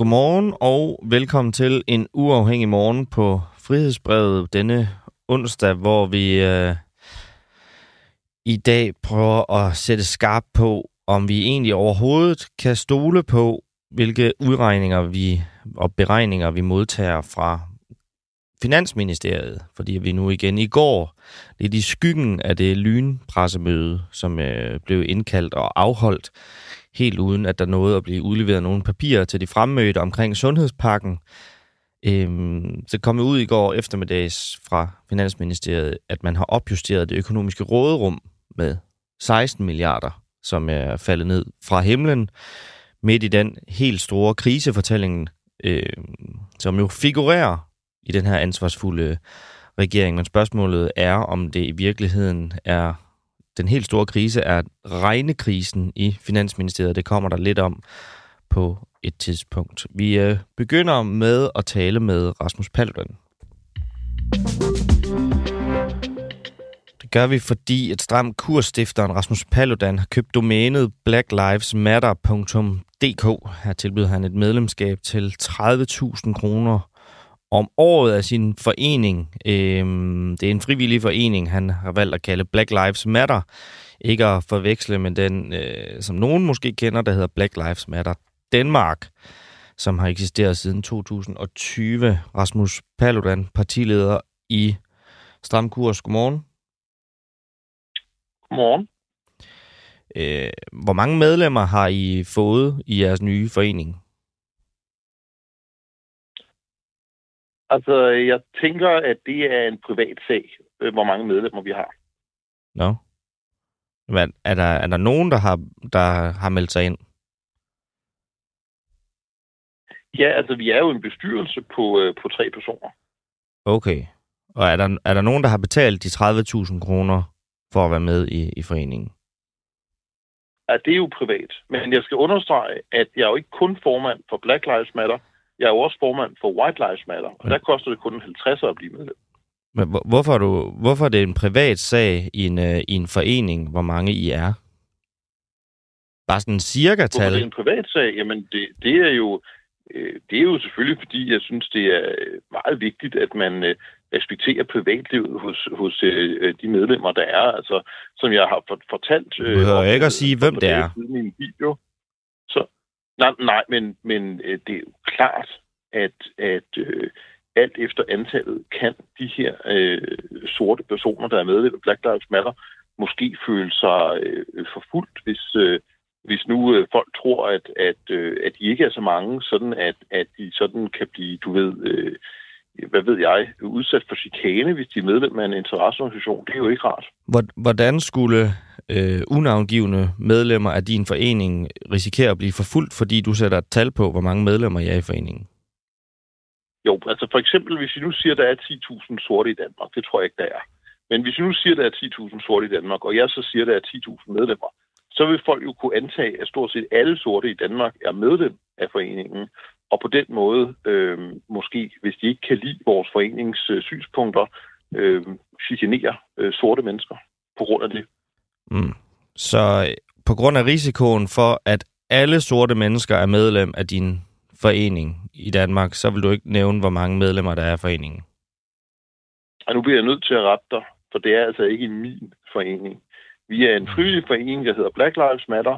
Godmorgen og velkommen til en uafhængig morgen på Frihedsbrevet denne onsdag, hvor vi i dag prøver at sætte skarp på, om vi egentlig overhovedet kan stole på, hvilke udregninger og beregninger vi modtager fra Finansministeriet. Fordi vi nu igen i går, lidt i skyggen af det lynpressemøde, som blev indkaldt og afholdt, helt uden at der nåede at blive udleveret nogle papirer til de fremmødte omkring sundhedspakken. Så kom ud i går eftermiddags fra Finansministeriet, at man har opjusteret det økonomiske råderum med 16 milliarder, som er faldet ned fra himlen midt i den helt store krisefortælling, som jo figurerer i den her ansvarsfulde regering. Men spørgsmålet er, om det i virkeligheden er den helt store krise, er regnekrisen i Finansministeriet. Det kommer der lidt om på et tidspunkt. Vi begynder med at tale med Rasmus Paludan. Det gør vi, fordi et Stram Kurs-stifteren Rasmus Paludan har købt domænet blacklivesmatter.dk. Her tilbyder han et medlemskab til 30.000 kroner om året af sin forening. Det er en frivillig forening, han har valgt at kalde Black Lives Matter. Ikke at forveksle med den, som nogen måske kender, der hedder Black Lives Matter Danmark, som har eksisteret siden 2020. Rasmus Paludan, partileder i Stram Kurs. Godmorgen. Godmorgen. Hvor mange medlemmer har I fået i jeres nye forening? Altså, jeg tænker, at det er en privat sag, hvor mange medlemmer vi har. Nå. Men er der nogen, der har meldt sig ind? Ja, altså, vi er jo en bestyrelse på 3 personer. Okay. Og er der nogen, der har betalt de 30.000 kroner for at være med i foreningen? Ja, det er jo privat. Men jeg skal understrege, at jeg er jo ikke kun formand for Black Lives Matter. Jeg er jo også formand for White Lives Matter, og der koster det kun 50 at blive medlem. Men hvorfor er det en privat sag i en forening, hvor mange I er? Bare sådan en cirka-tal? Hvorfor det er en privat sag? Jamen, det er jo selvfølgelig, fordi jeg synes, det er meget vigtigt, at man respekterer privatlivet hos de medlemmer, der er. Altså, som jeg har fortalt... Du behøver ikke at sige, hvem det er. Min video. Så, nej, men det er jo klart, at alt efter antallet kan de her sorte personer, der er med i Black Lives Matter, måske føle sig forfulgt, hvis nu folk tror, at de ikke er så mange, sådan at de sådan kan blive, udsat for chikane, hvis de er medlem af en interesseorganisation. Det er jo ikke rart. Hvordan skulle unavngivne medlemmer af din forening risikere at blive forfulgt, fordi du sætter et tal på, hvor mange medlemmer I er i foreningen? Jo, altså for eksempel, hvis vi nu siger, at der er 10.000 sorte i Danmark, det tror jeg ikke, der er. Men hvis vi nu siger, at der er 10.000 sorte i Danmark, og jeg så siger, at der er 10.000 medlemmer, så vil folk jo kunne antage, at stort set alle sorte i Danmark er medlem af foreningen, og på den måde, måske, hvis de ikke kan lide vores forenings synspunkter, chikanere sorte mennesker på grund af det. Mm. Så på grund af risikoen for, at alle sorte mennesker er medlem af din forening i Danmark, så vil du ikke nævne, hvor mange medlemmer der er af foreningen? Og nu bliver jeg nødt til at rette dig, for det er altså ikke min forening. Vi er en frivillig forening, der hedder Black Lives Matter,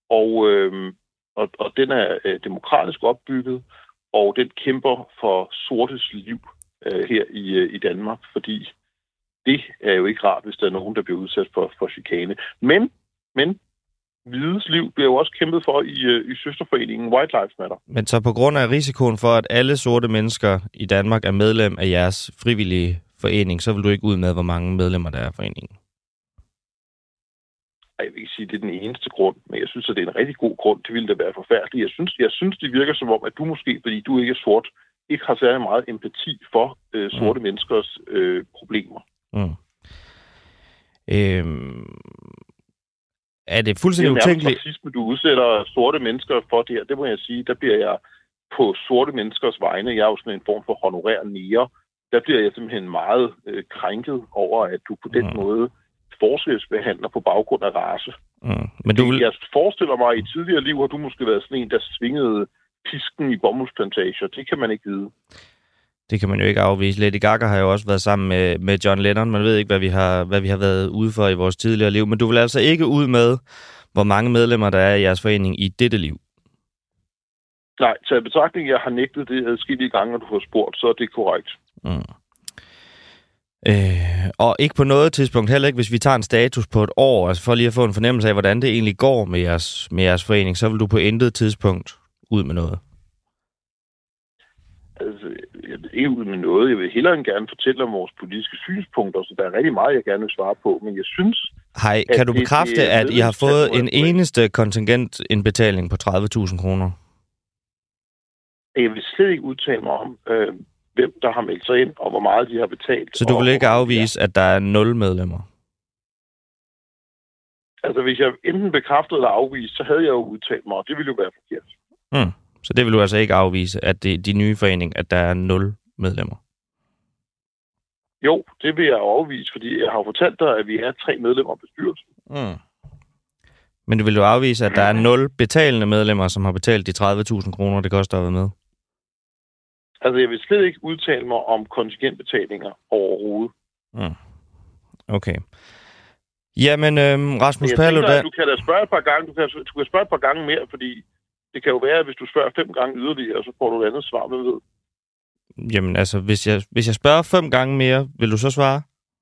og den er demokratisk opbygget, og den kæmper for sortes liv her i Danmark, fordi det er jo ikke rart, hvis der er nogen, der bliver udsat for chikane. Men hvides liv bliver jo også kæmpet for i søsterforeningen White Lives Matter. Men så på grund af risikoen for, at alle sorte mennesker i Danmark er medlem af jeres frivillige forening, så vil du ikke ud med, hvor mange medlemmer der er af foreningen? Jeg vil ikke sige, at det er den eneste grund, men jeg synes, at det er en rigtig god grund. Det ville da være forfærdeligt. Jeg synes, det virker som om, at du måske, fordi du ikke er sort, ikke har særlig meget empati for sorte menneskers problemer. Mm. Er det fuldstændig utænkeligt? Racisme, du udsætter sorte mennesker for det her, det må jeg sige, der bliver jeg på sorte menneskers vegne, jeg er jo sådan en form for honorær nære, der bliver jeg simpelthen meget krænket over, at du på den måde forskelsbehandler på baggrund af race. Men du vil... Jeg forestiller mig, at i tidligere liv har du måske været sådan en, der svingede pisken i bomuldsplantager. Det kan man ikke vide. Det kan man jo ikke afvise. Lady Gaga har jo også været sammen med John Lennon. Man ved ikke, hvad vi har været ude for i vores tidligere liv. Men du vil altså ikke ud med, hvor mange medlemmer der er i jeres forening i dette liv? Nej, så i betragtning, jeg har nægtet det adskillige gange, og du har spurgt, så er det korrekt. Og ikke på noget tidspunkt, heller ikke hvis vi tager en status på et år, altså for lige at få en fornemmelse af, hvordan det egentlig går med jeres forening, så vil du på intet tidspunkt ud med noget? Altså, jeg vil ikke ud med noget. Jeg vil hellere end gerne fortælle om vores politiske synspunkter, så der er rigtig meget, jeg gerne vil svare på, men jeg synes... Hej, kan du bekræfte, at I har fået en eneste kontingentindbetaling på 30.000 kroner? Jeg vil slet ikke udtale mig om, hvem der har meldt sig ind, og hvor meget de har betalt. Så du vil ikke afvise, at der er 0 medlemmer? Altså, hvis jeg enten bekræftede eller afviste, så havde jeg jo udtalt mig, og det ville jo være forkert. Så det vil du altså ikke afvise, at det er de nye forening, at der er 0 medlemmer? Jo, det vil jeg afvise, fordi jeg har fortalt dig, at vi er 3 medlemmer af bestyrelsen. Men du vil jo afvise, at der er 0 betalende medlemmer, som har betalt de 30.000 kroner, det koster at være med? Altså, jeg vil slet ikke udtale mig om kontingentbetalinger overhovedet. Okay. Jamen, Rasmus Paludan... Du kan da spørge et par gange, du kan spørge et par gange mere, fordi det kan jo være, at hvis du spørger 5 gange yderligere, så får du et andet svar, hvad ved. Jamen, altså, hvis jeg spørger 5 gange mere, vil du så svare?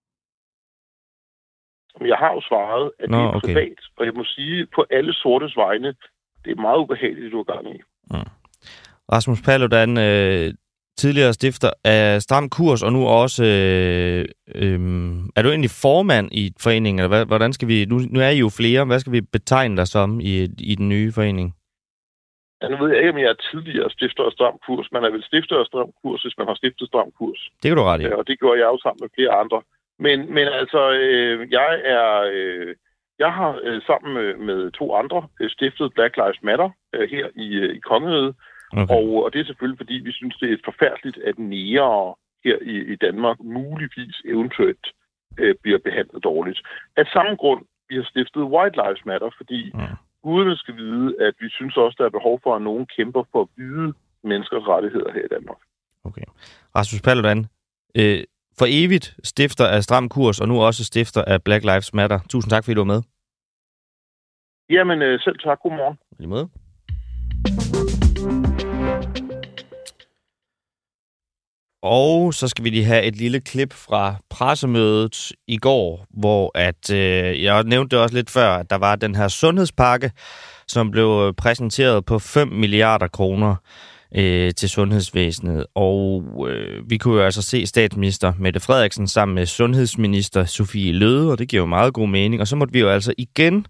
Jeg har jo svaret, at det er privat, og jeg må sige på alle sortes vegne, det er meget ubehageligt, du er gang i. Rasmus Paludan, tidligere stifter af Stram Kurs, og nu også... er du egentlig formand i foreningen, eller hvordan skal vi... Nu er I jo flere, hvad skal vi betegne dig som i den nye forening? Ja, nu ved jeg ikke, om jeg er tidligere stifter af Stram Kurs. Man er vel stifter af Stram Kurs, hvis man har stiftet Stram Kurs. Det kan du ret i. Og det gjorde jeg jo sammen med flere andre. Men altså, jeg har sammen med 2 andre stiftet Black Lives Matter her i Kongeriget. Okay. Og det er selvfølgelig, fordi vi synes, det er forfærdeligt, at negere her i Danmark muligvis eventuelt bliver behandlet dårligt. Af samme grund, vi har stiftet White Lives Matter, fordi guderne skal vide, at vi synes også, der er behov for, at nogen kæmper for hvide menneskers rettigheder her i Danmark. Okay. Rasmus Paludan, for evigt stifter af Stram Kurs, og nu også stifter af Black Lives Matter. Tusind tak, fordi du var med. Jamen, selv tak. Godmorgen. Lige måde. Og så skal vi lige have et lille klip fra pressemødet i går, hvor jeg nævnte det også lidt før, at der var den her sundhedspakke, som blev præsenteret på 5 milliarder kroner til sundhedsvæsenet. Og vi kunne jo altså se statsminister Mette Frederiksen sammen med sundhedsminister Sophie Løhde, og det giver jo meget god mening. Og så måtte vi jo altså igen,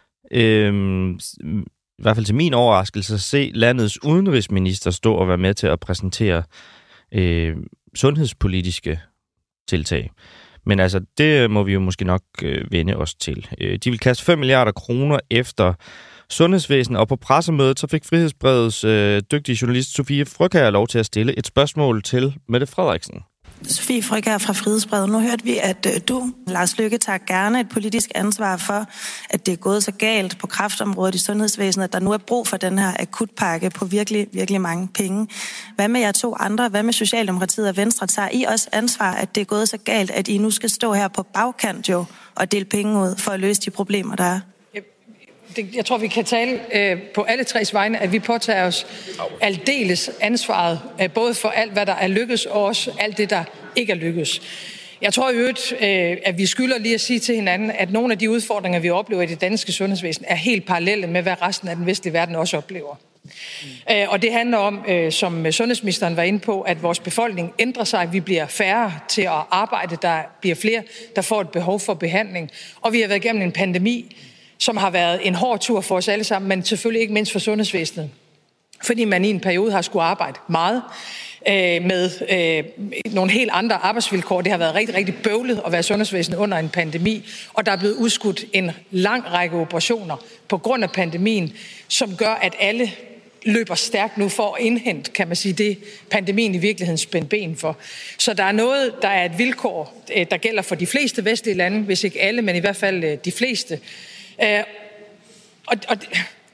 i hvert fald til min overraskelse, se landets udenrigsminister stå og være med til at præsentere sundhedspolitiske tiltag. Men altså, det må vi jo måske nok vende os til. De vil kaste 5 milliarder kroner efter sundhedsvæsenet, og på pressemødet så fik Frihedsbrevets dygtige journalist Sofie Frøkjær lov til at stille et spørgsmål til Mette Frederiksen. Sofie Frøkjær fra Frihedsbrevet. Nu hørte vi, at du, Lars Løkke, tager gerne et politisk ansvar for, at det er gået så galt på kræftområdet i sundhedsvæsenet, at der nu er brug for den her akutpakke på virkelig, virkelig mange penge. Hvad med jer 2 andre? Hvad med Socialdemokratiet og Venstre? Tager I også ansvar, at det er gået så galt, at I nu skal stå her på bagkant jo og dele penge ud for at løse de problemer, der er? Jeg tror, vi kan tale på alle 3's vegne, at vi påtager os aldeles ansvaret, både for alt, hvad der er lykkes, og også alt det, der ikke er lykkes. Jeg tror i øvrigt, at vi skylder lige at sige til hinanden, at nogle af de udfordringer, vi oplever i det danske sundhedsvæsen, er helt parallelle med, hvad resten af den vestlige verden også oplever. Og det handler om, som sundhedsministeren var inde på, at vores befolkning ændrer sig. Vi bliver færre til at arbejde. Der bliver flere, der får et behov for behandling. Og vi har været igennem en pandemi, som har været en hård tur for os alle sammen, men selvfølgelig ikke mindst for sundhedsvæsenet. Fordi man i en periode har skulle arbejde meget med nogle helt andre arbejdsvilkår. Det har været rigtig, rigtig bøvlet at være sundhedsvæsenet under en pandemi, og der er blevet udskudt en lang række operationer på grund af pandemien, som gør, at alle løber stærkt nu for at indhente, kan man sige, det pandemien i virkeligheden spændte ben for. Så der er noget, der er et vilkår, der gælder for de fleste vestlige lande, hvis ikke alle, men i hvert fald de fleste.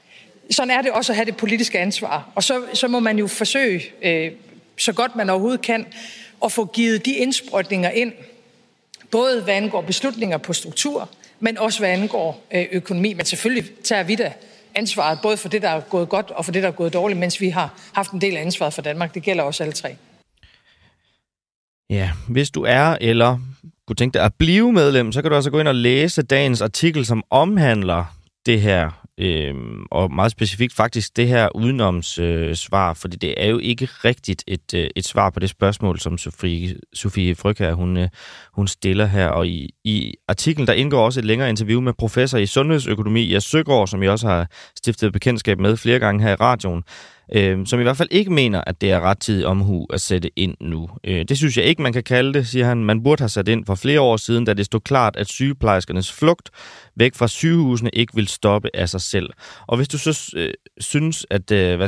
sådan er det også at have det politiske ansvar. Og så må man jo forsøge, så godt man overhovedet kan, at få givet de indsprøjtninger ind, både hvad angår beslutninger på struktur, men også hvad angår økonomi. Men selvfølgelig tager vi da ansvaret, både for det, der er gået godt, og for det, der er gået dårligt, mens vi har haft en del af ansvaret for Danmark. Det gælder også alle tre. Ja, hvis du er eller kunne tænke dig at blive medlem, så kan du også gå ind og læse dagens artikel, som omhandler det her, og meget specifikt faktisk det her udenomssvar, fordi det er jo ikke rigtigt et svar på det spørgsmål, som Sofie Frøkjær, hun stiller her. Og i artiklen, der indgår også et længere interview med professor i sundhedsøkonomi, Jes Søgaard, som jeg også har stiftet bekendtskab med flere gange her i radioen, som i hvert fald ikke mener, at det er rettidig omhu at sætte ind nu. Det synes jeg ikke, man kan kalde det, siger han. Man burde have sat ind for flere år siden, da det stod klart, at sygeplejerskernes flugt væk fra sygehusene ikke vil stoppe af sig selv. Og hvis du så synes, at,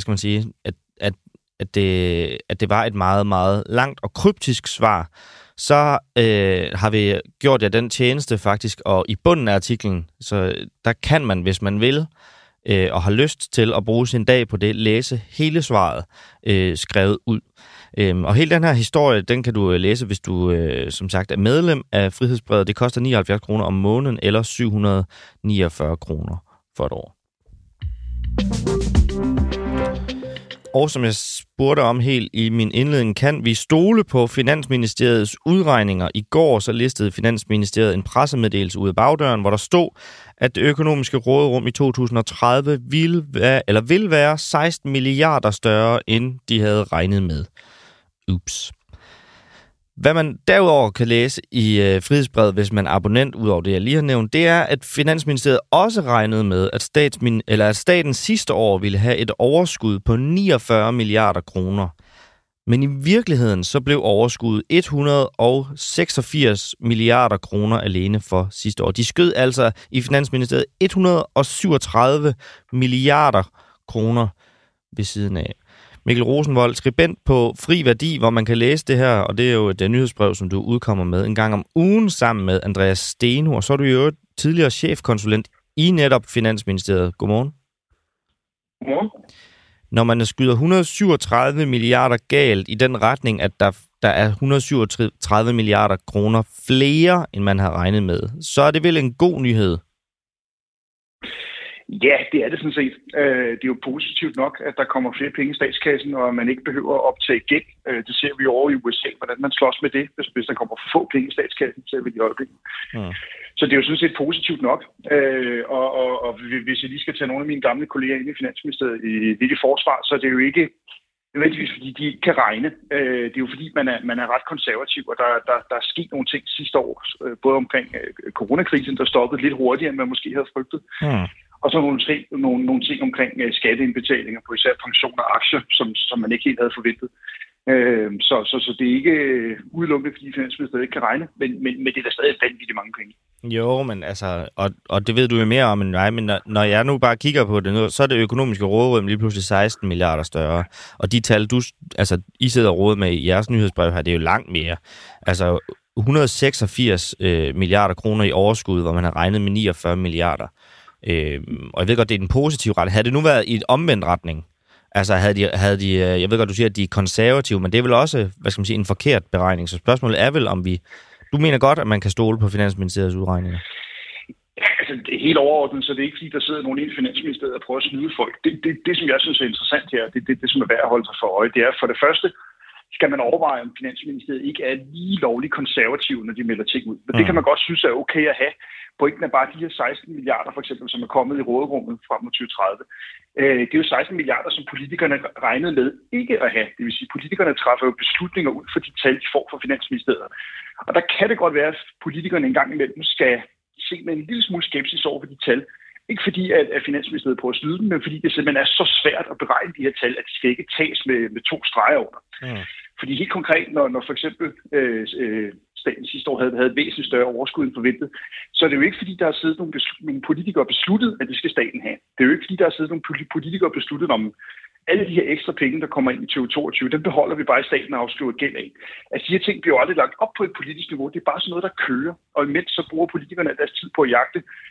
at det var et meget, meget langt og kryptisk svar, så har vi gjort jer den tjeneste faktisk, og i bunden af artiklen, så der kan man, hvis man vil, og har lyst til at bruge sin dag på det, læse hele svaret skrevet ud. Og hele den her historie, den kan du læse, hvis du som sagt er medlem af Frihedsbrevet. Det koster 79 kroner om måneden, eller 749 kroner for et år. Og som jeg spurgte om helt i min indledning, kan vi stole på Finansministeriets udregninger? I går så listede Finansministeriet en pressemeddelelse ude af bagdøren, hvor der stod, at det økonomiske råderum i 2030 vil være 16 milliarder større, end de havde regnet med. Ups. Hvad man derudover kan læse i Frihedsbrevet, hvis man er abonnent, ud over det, jeg lige har nævnt, det er, at Finansministeriet også regnede med, at staten sidste år ville have et overskud på 49 milliarder kroner. Men i virkeligheden så blev overskuddet 186 milliarder kroner alene for sidste år. De skød altså i Finansministeriet 137 milliarder kroner ved siden af. Mikkel Rosenvold, skribent på Fri Værdi, hvor man kan læse det her, og det er jo et nyhedsbrev, som du udkommer med en gang om ugen sammen med Andreas Steno, og så er du jo tidligere chefkonsulent i netop Finansministeriet. Godmorgen. Godmorgen. Når man skyder 137 milliarder galt i den retning, at der er 137 milliarder kroner flere, end man har regnet med, så er det vel en god nyhed? Ja, det er det sådan set. Det er jo positivt nok, at der kommer flere penge i statskassen, og man ikke behøver at optage gæld. Det ser vi over i USA, hvordan man slås med det, hvis der kommer for få penge i statskassen, ser vi det i øjeblikket. Mm. Så det er jo sådan set positivt nok. Og hvis jeg lige skal tage nogle af mine gamle kolleger ind i Finansministeriet i det forsvar, så er det jo ikke nødvendigvis, fordi de ikke kan regne. Det er jo fordi, man er ret konservativ, og der er sket nogle ting sidste år, både omkring coronakrisen, der stoppede lidt hurtigere, end man måske havde frygtet. Mm. Og så nogle ting omkring skatteindbetalinger på især pensioner og aktier, som man ikke helt havde forventet. Så det er ikke udelukkende, fordi Finansministeriet ikke kan regne, men det er da stadig vanvittigt mange penge. Jo, men altså, og det ved du jo mere om end mig, men når jeg nu bare kigger på det nu, så er det økonomiske råderum lige pludselig 16 milliarder større. Og de tal, I sidder og råder med i jeres nyhedsbrev her, det er jo langt mere. Altså 186 milliarder kroner i overskud, hvor man har regnet med 49 milliarder. Og jeg ved godt, det er den positive ret. Havde det nu været i et omvendt retning? Altså havde de jeg ved godt, du siger, at de er konservative, men det er vel også, en forkert beregning. Så spørgsmålet er vel, om du mener godt, at man kan stole på Finansministeriets udregninger? Ja, altså det er helt overordnet, så det er ikke fordi, der sidder nogen i Finansministeriet og prøver at snyde folk. Det som jeg synes er interessant her, det som er værd at holde sig for øje, det er for det første, skal man overveje, om Finansministeriet ikke er lige lovligt konservativ, når de melder ting ud. Men det kan man godt synes er okay at have. Pointen er bare de her 16 milliarder, for eksempel, som er kommet i råderummet frem mod 2030. Det er jo 16 milliarder, som politikerne regnede med ikke at have. Det vil sige, at politikerne træffer jo beslutninger ud for de tal, de får fra Finansministeriet. Og der kan det godt være, at politikerne engang imellem skal se med en lille smule skepsis over for de tal. Ikke fordi, at Finansministeriet prøver at snyde dem, men fordi det simpelthen er så svært at beregne de her tal, at de skal ikke tages med 2 streger under. Fordi helt konkret, når for eksempel staten sidste år havde et væsentligt større overskud end forventet, så er det jo ikke fordi, der har siddet nogle politikere besluttet, at det skal staten have. Det er jo ikke fordi, der har siddet nogle politikere besluttet om alle de her ekstra penge, der kommer ind i 2022, den beholder vi bare i staten og afskriver gæld af. Altså de her ting bliver jo aldrig lagt op på et politisk niveau, det er bare sådan noget, der kører. Og imens så bruger politikerne deres tid på at jagte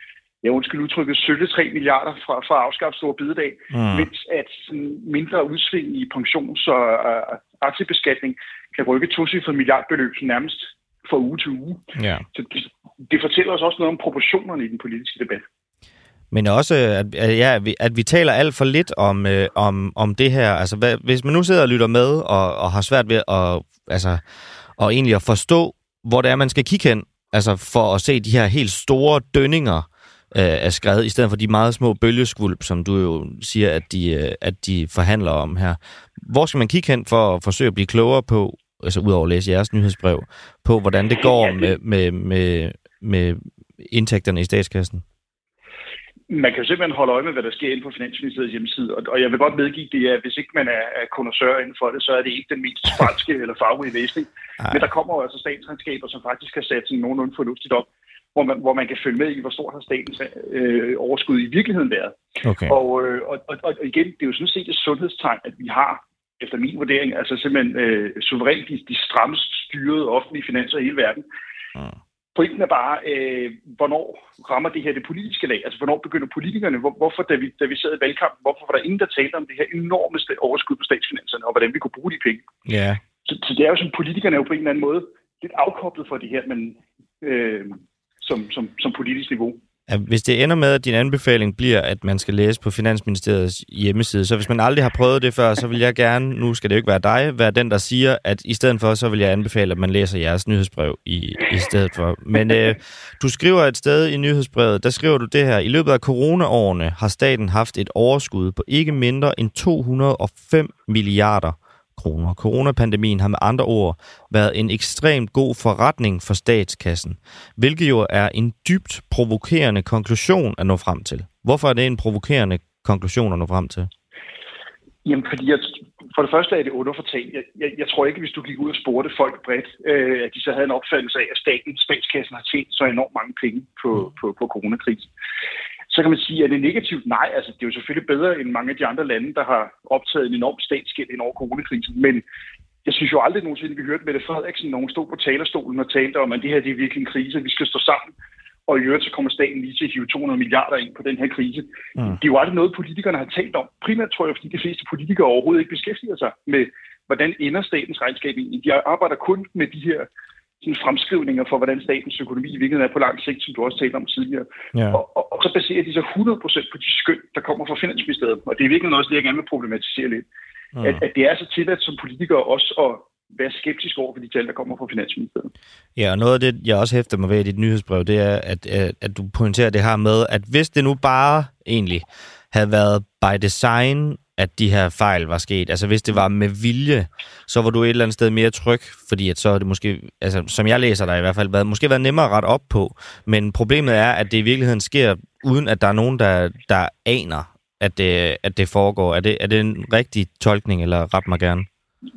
udtrykket, sølle 3 milliarder fra at afskaffe store bededag, mens at sådan mindre udsving i pensions- og aktiebeskatning kan rykke tocifret milliardbeløb nærmest fra uge til uge. Ja. Så det fortæller os også noget om proportionerne i den politiske debat. Men også, at vi taler alt for lidt om det her. Altså, hvis man nu sidder og lytter med og har svært ved at egentlig at forstå, hvor det er, man skal kigge hen, altså for at se de her helt store dønninger af skred, i stedet for de meget små bølgeskvulp, som du jo siger, at de forhandler om her. Hvor skal man kigge hen for at forsøge at blive klogere på, altså udover at læse jeres nyhedsbrev, på hvordan det går med indtægterne i statskassen? Man kan jo simpelthen holde øje med, hvad der sker inde på Finansministeriets hjemmeside, og jeg vil godt medgive det, at hvis ikke man er kondensør inden for det, så er det ikke den mest falske eller farverige læsning. Men der kommer jo altså statsregnskaber, som faktisk har sat sådan nogenlunde fornuftigt op, hvor man kan følge med i, hvor stort har statens overskud i virkeligheden været. Okay. Og igen, det er jo sådan set et sundhedstegn, at vi har, efter min vurdering, altså simpelthen suverænt de strammest styrede offentlige finanser i hele verden. Pointen er bare, hvornår rammer det her det politiske lag? Altså, hvornår begynder politikerne? Hvorfor, da vi sad i valgkampen, hvorfor var der ingen, der talte om det her enorme overskud på statsfinanserne, og hvordan vi kunne bruge de penge? Yeah. Så det er jo som politikerne er jo på en eller anden måde lidt afkoblet fra det her, men som politisk niveau. Hvis det ender med, at din anbefaling bliver, at man skal læse på Finansministeriets hjemmeside, så hvis man aldrig har prøvet det før, så vil jeg gerne, nu skal det jo ikke være dig, være den, der siger, at i stedet for, så vil jeg anbefale, at man læser jeres nyhedsbrev i stedet for. Men du skriver et sted i nyhedsbrevet, der skriver du det her: i løbet af coronaårene har staten haft et overskud på ikke mindre end 205 milliarder kroner. Coronapandemien har med andre ord været en ekstremt god forretning for statskassen, hvilket jo er en dybt provokerende konklusion at nå frem til. Hvorfor er det en provokerende konklusion at nå frem til? Jamen, fordi for det første er det underfortalt. Jeg tror ikke, hvis du gik ud og spurgte folk bredt, at de så havde en opfattelse af, at statskassen har tjent så enormt mange penge på coronakrisen. Så kan man sige, at det er negativt. Nej, altså det er jo selvfølgelig bedre end mange af de andre lande, der har optaget en enorm statsgæld ind over coronakrisen. Men jeg synes jo aldrig nogensinde, vi hørte Mette Frederiksen, når hun stod på talerstolen og talte om, at det her det er virkelig en krise, vi skal stå sammen. Og i øvrigt så kommer staten lige til at hive 200 milliarder ind på den her krise. Det er jo aldrig noget, politikerne har talt om. Primært tror jeg, fordi de fleste politikere overhovedet ikke beskæftiger sig med, hvordan ender statens regnskab egentlig. De arbejder kun med de her fremskrivninger for, hvordan statens økonomi i virkeligheden er på lang sigt, som du også talte om tidligere. Ja. Og så baserer de sig 100% på de skøn, der kommer fra Finansministeriet. Og det er virkelig noget, det jeg gerne vil problematisere lidt. At det er så tilladt som politikere også at være skeptisk over for de tal, der kommer fra Finansministeriet. Ja, og noget af det, jeg også hæfter mig ved i dit nyhedsbrev, det er, at du pointerer det her med, at hvis det nu bare egentlig havde været by design, at de her fejl var sket. Altså hvis det var med vilje, så var du et eller andet sted mere tryg, fordi at så er det måske, altså som jeg læser dig i hvert fald, måske været nemmere at rette op på. Men problemet er, at det i virkeligheden sker, uden at der er nogen, der aner, at det foregår. Er det en rigtig tolkning, eller ret mig gerne?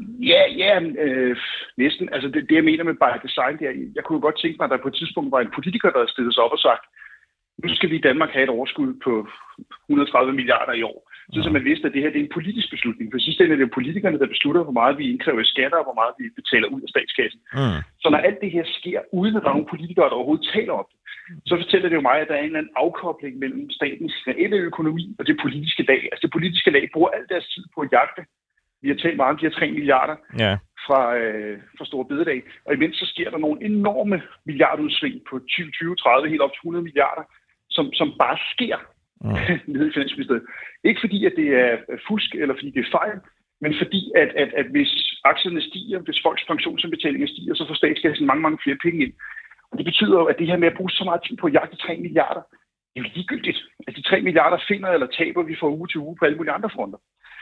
Ja, næsten. Altså det jeg mener med by design, det er, jeg kunne godt tænke mig, at der på et tidspunkt var en politiker, der havde stillet sig op og sagt, nu skal vi i Danmark have et overskud på 130 milliarder i år. Så man vidste, at det her det er en politisk beslutning. For sidst er det jo politikerne, der beslutter, hvor meget vi indkræver i skatter, og hvor meget vi betaler ud af statskassen. Så når alt det her sker, uden at der er nogle politikere, der overhovedet taler om det, så fortæller det jo mig, at der er en eller anden afkobling mellem statens reelle økonomi og det politiske lag. Altså det politiske lag bruger al deres tid på at jagte. Vi har talt meget om de her 3 milliarder fra store bededag. Og imens så sker der nogle enorme milliardudsving på 20-30, helt op til 100 milliarder, som bare sker nede i Finansministeriet. Ikke fordi, at det er fusk, eller fordi det er fejl, men fordi, at hvis aktierne stiger, hvis folks pensionsindbetalinger stiger, så får statskassen mange, mange flere penge ind. Og det betyder jo, at det her med at bruge så meget tid på at jagte 3 milliarder, det er jo ligegyldigt. At de 3 milliarder finder eller taber vi fra uge til uge på alle mulige andre fronter.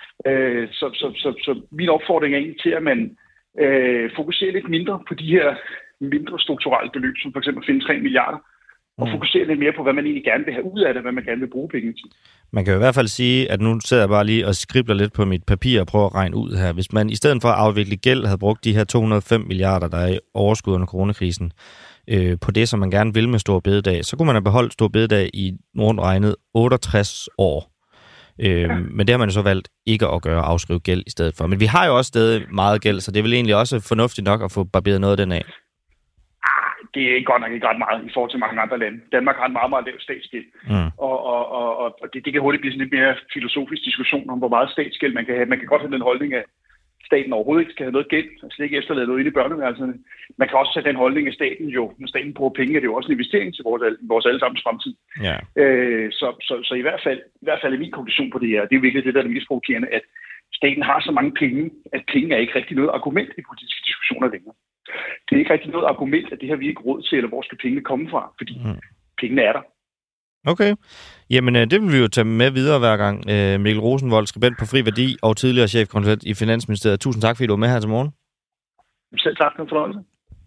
Så min opfordring er egentlig til, at man fokuserer lidt mindre på de her mindre strukturelle beløb, som for eksempel at finde 3 milliarder, og fokusere lidt mere på, hvad man egentlig gerne vil have ud af det, hvad man gerne vil bruge penge til. Man kan jo i hvert fald sige, at nu sidder jeg bare lige og skribler lidt på mit papir og prøver at regne ud her. Hvis man i stedet for at afvikle gæld havde brugt de her 205 milliarder, der er i overskud under coronakrisen, på det, som man gerne vil med Store Bededag, så kunne man have beholdt Store Bededag i rundt regnet 68 år. Men det har man jo så valgt ikke at gøre, afskrive gæld i stedet for. Men vi har jo også stadig meget gæld, så det er vel egentlig også fornuftigt nok at få barberet noget af den af. det er godt nok ikke ret meget i forhold til mange andre lande. Danmark har en meget, meget lav statsgæld, og det kan hurtigt blive sådan lidt mere filosofisk diskussion om, hvor meget statsgæld man kan have. Man kan godt have den holdning, at staten overhovedet ikke skal have noget gæld, og slet ikke efterlade noget inde i børneværelserne. Man kan også have den holdning, at staten jo, når staten bruger penge, er det jo også en investering til vores allesammens fremtid. Ja. Så i hvert fald er min konklusion på det her, det er jo virkelig det, der er det mest provokerende, at staten har så mange penge, at penge er ikke rigtig noget argument i politiske diskussioner længere. Det er ikke rigtig noget argument, at det her vi ikke råd til, eller hvor skal pengene komme fra, fordi pengene er der. Okay. Jamen, det vil vi jo tage med videre hver gang. Mikkel Rosenvold, skribent på Fri Værdi og tidligere chefkonsulent i Finansministeriet. Tusind tak, fordi du var med her til morgen. Selv tak, en fornøjelse.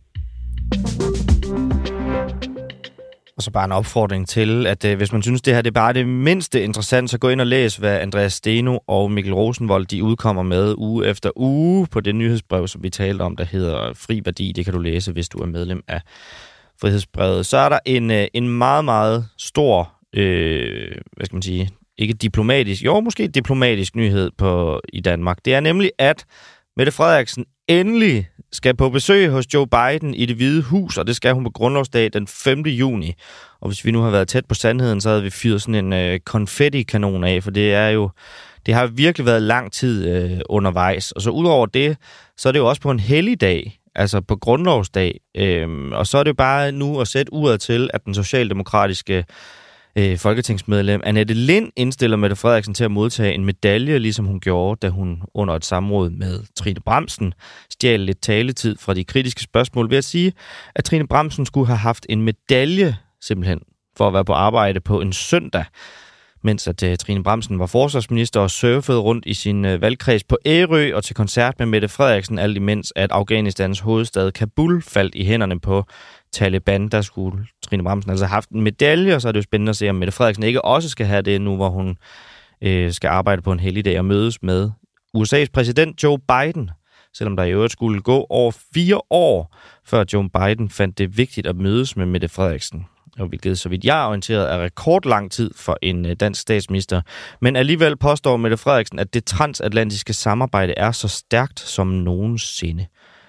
Og så bare en opfordring til, at hvis man synes, det her det er bare det mindste interessant, så gå ind og læs, hvad Andreas Steno og Mikkel Rosenvold, de udkommer med uge efter uge på det nyhedsbrev, som vi talte om, der hedder Fri Værdi. Det kan du læse, hvis du er medlem af Frihedsbrevet. Så er der en meget, meget stor, hvad skal man sige, ikke diplomatisk, jo måske diplomatisk nyhed i Danmark. Det er nemlig, at Mette Frederiksen endelig skal på besøg hos Joe Biden i Det Hvide Hus, og det skal hun på grundlovsdag den 5. juni. Og hvis vi nu har været tæt på sandheden, så havde vi fyret sådan en konfetti-kanon af, for det har virkelig været lang tid undervejs. Og så udover det, så er det jo også på en helligdag, altså på grundlovsdag. Og så er det jo bare nu at sætte uret til, at den socialdemokratiske folketingsmedlem Annette Lind indstiller Mette Frederiksen til at modtage en medalje, ligesom hun gjorde, da hun under et samråd med Trine Bramsen stjal lidt taletid fra de kritiske spørgsmål ved at sige, at Trine Bramsen skulle have haft en medalje simpelthen for at være på arbejde på en søndag, mens at Trine Bramsen var forsvarsminister og surfede rundt i sin valgkreds på Ærø og til koncert med Mette Frederiksen, alt imens at Afghanistans hovedstad Kabul faldt i hænderne på Taliban. Der skulle Trine Bramsen altså have haft en medalje, og så er det jo spændende at se, om Mette Frederiksen ikke også skal have det nu, hvor hun skal arbejde på en helligdag og mødes med USA's præsident Joe Biden, selvom der i øvrigt skulle gå over 4 år, før Joe Biden fandt det vigtigt at mødes med Mette Frederiksen. Og hvilket, så vidt jeg er orienteret, er rekordlang tid for en dansk statsminister. Men alligevel påstår Mette Frederiksen, at det transatlantiske samarbejde er så stærkt som nogensinde.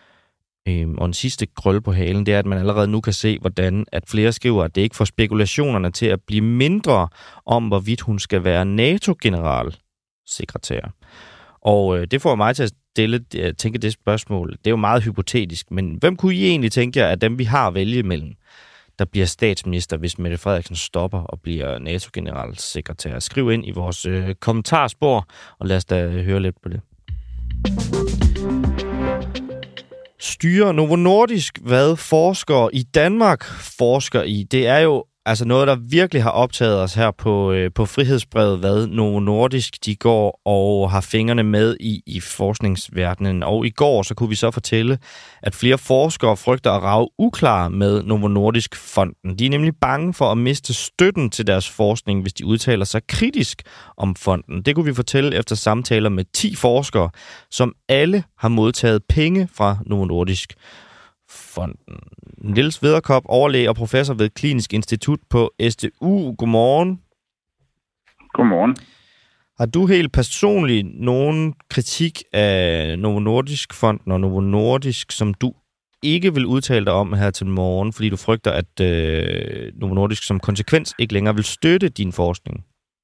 Og en sidste krølle på halen, det er, at man allerede nu kan se, hvordan at flere skriver, at det ikke får spekulationerne til at blive mindre om, hvorvidt hun skal være NATO-generalsekretær. Og det får mig til at tænke det spørgsmål. Det er jo meget hypotetisk, men hvem kunne I egentlig tænke jer, at dem vi har at vælge imellem, der bliver statsminister, hvis Mette Frederiksen stopper og bliver NATO-generalsekretær? Skriv ind i vores kommentarspor, og lad os da høre lidt på det. Styrer Novo Nordisk, hvad forskere i Danmark forsker i? Det er jo altså noget, der virkelig har optaget os her på Frihedsbrevet, hvad Novo Nordisk de går og har fingrene med i forskningsverdenen. Og i går så kunne vi så fortælle, at flere forskere frygter at rage uklar med Novo Nordisk-fonden. De er nemlig bange for at miste støtten til deres forskning, hvis de udtaler sig kritisk om fonden. Det kunne vi fortælle efter samtaler med 10 forskere, som alle har modtaget penge fra Novo Nordisk fonden. Niels Vederkop, overlæge og professor ved Klinisk Institut på SDU. Godmorgen. Godmorgen. Har du helt personligt nogen kritik af Novo Nordisk-fonden og Novo Nordisk, som du ikke vil udtale dig om her til morgen, fordi du frygter, at Novo Nordisk som konsekvens ikke længere vil støtte din forskning?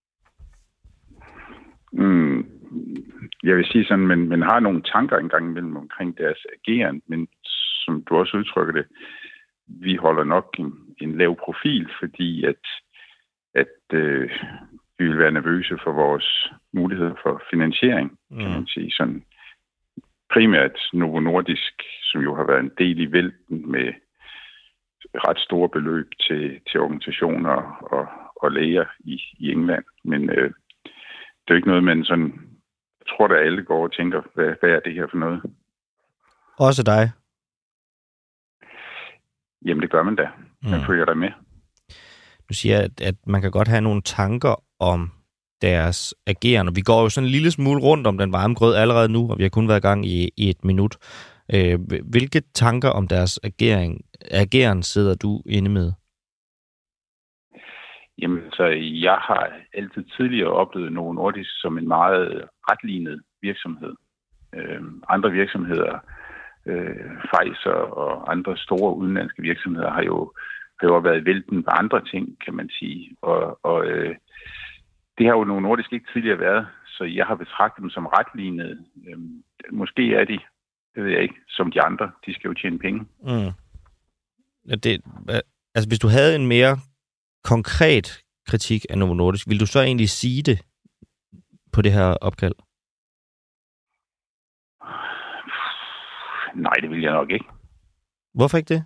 Jeg vil sige sådan, men har nogle tanker engang imellem omkring deres ageren, men som du også udtrykker det, vi holder nok en lav profil, fordi at vi vil være nervøse for vores muligheder for finansiering, kan man sige. Sådan primært Novo Nordisk, som jo har været en del i vælten med ret store beløb til organisationer og læger i England. Men det er jo ikke noget, man sådan, jeg tror, at alle går og tænker, hvad er det her for noget? Også dig? Jamen, det gør man da. Man følger dig med. Du siger, at man kan godt have nogle tanker om deres ageren, og vi går jo sådan en lille smule rundt om den varme grød allerede nu, og vi har kun været i gang i 1 minut. Hvilke tanker om deres ageren sidder du inde med? Jamen, så jeg har altid tidligere oplevet Novo Nordisk som en meget retlignet virksomhed. Andre virksomheder Pfizer og andre store udenlandske virksomheder har jo været vælten på andre ting, kan man sige. Og det har jo Novo Nordisk ikke tidligere været, så jeg har betragtet dem som retlignede. Måske er de, det ved jeg ikke, som de andre. De skal jo tjene penge. Mm. Altså, hvis du havde en mere konkret kritik af Novo Nordisk, vil du så egentlig sige det på det her opkald? Nej, det vil jeg nok ikke. Hvorfor ikke det?